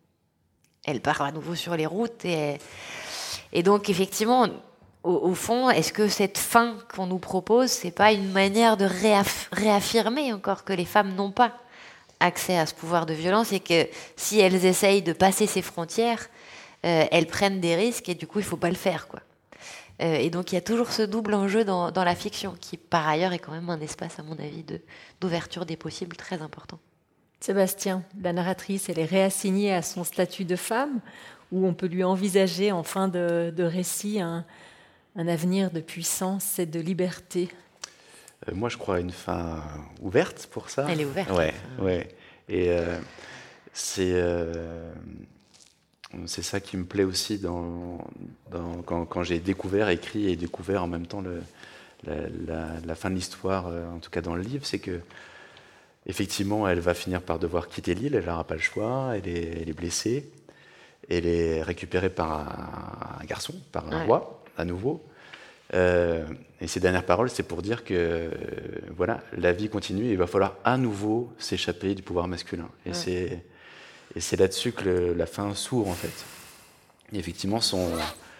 elle part à nouveau sur les routes. Et, et donc, effectivement, au, au fond, est-ce que cette fin qu'on nous propose, c'est pas une manière de réaff- réaffirmer encore que les femmes n'ont pas accès à ce pouvoir de violence et que si elles essayent de passer ces frontières, euh, elles prennent des risques et du coup, il faut pas le faire, quoi. Euh, et donc, il y a toujours ce double enjeu dans, dans la fiction, qui, par ailleurs, est quand même un espace, à mon avis, de, d'ouverture des possibles très important. Sébastien, la narratrice, elle est réassignée à son statut de femme, ou on peut lui envisager, en fin de, de récit, un, un avenir de puissance et de liberté. Euh, moi, je crois à une fin ouverte pour ça. Elle est ouverte. Ouais, ouais. Et euh, c'est... Euh, C'est ça qui me plaît aussi dans, dans, quand, quand j'ai découvert, écrit et découvert en même temps le, la, la, la fin de l'histoire, euh, en tout cas dans le livre, c'est que effectivement, elle va finir par devoir quitter l'île, elle n'aura pas le choix, elle est, elle est blessée, elle est récupérée par un, un garçon, par un ouais. roi, à nouveau. Euh, et ses dernières paroles, c'est pour dire que euh, voilà, la vie continue et il va falloir à nouveau s'échapper du pouvoir masculin. Et ouais. c'est... Et c'est là-dessus que le, la fin s'ouvre, en fait. Et effectivement, son,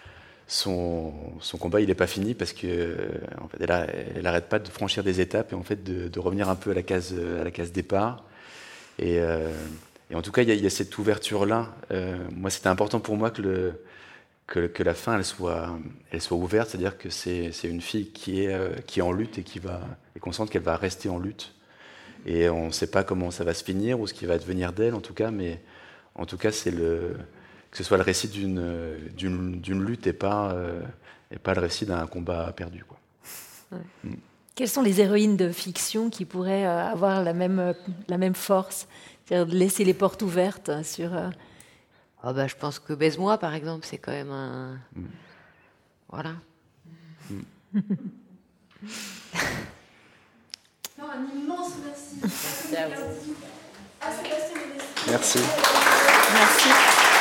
son, son combat, il n'est pas fini parce qu'elle en fait, elle n'arrête pas de franchir des étapes et en fait, de, de revenir un peu à la case, à la case départ. Et, euh, et en tout cas, il y, y a cette ouverture-là. Euh, moi, c'était important pour moi que, le, que, que la fin, elle soit, elle soit ouverte. C'est-à-dire que c'est, c'est une fille qui est, euh, qui est en lutte et, qui va, et qu'on sente qu'elle va rester en lutte. Et on ne sait pas comment ça va se finir ou ce qui va devenir d'elle, en tout cas, mais en tout cas, c'est le, que ce soit le récit d'une, d'une, d'une lutte et pas, euh, et pas le récit d'un combat perdu, quoi. Ouais. Mm. Quelles sont les héroïnes de fiction qui pourraient avoir la même, la même force, c'est-à-dire de laisser les portes ouvertes sur... Euh... Oh bah, je pense que Baise-moi, par exemple, c'est quand même un... Mm. Voilà. Mm. Non, un immense merci. À Sébastien Ménestrier. Merci. Merci.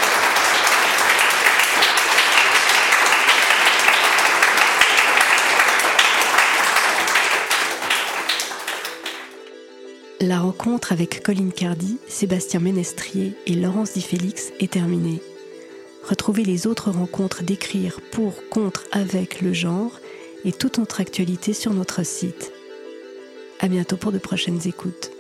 La rencontre avec Colline Cardy, Sébastien Ménestrier et Laurence Di Félix est terminée. Retrouvez les autres rencontres d'Écrire pour, contre, avec le genre et toute notre actualité sur notre site. À bientôt pour de prochaines écoutes.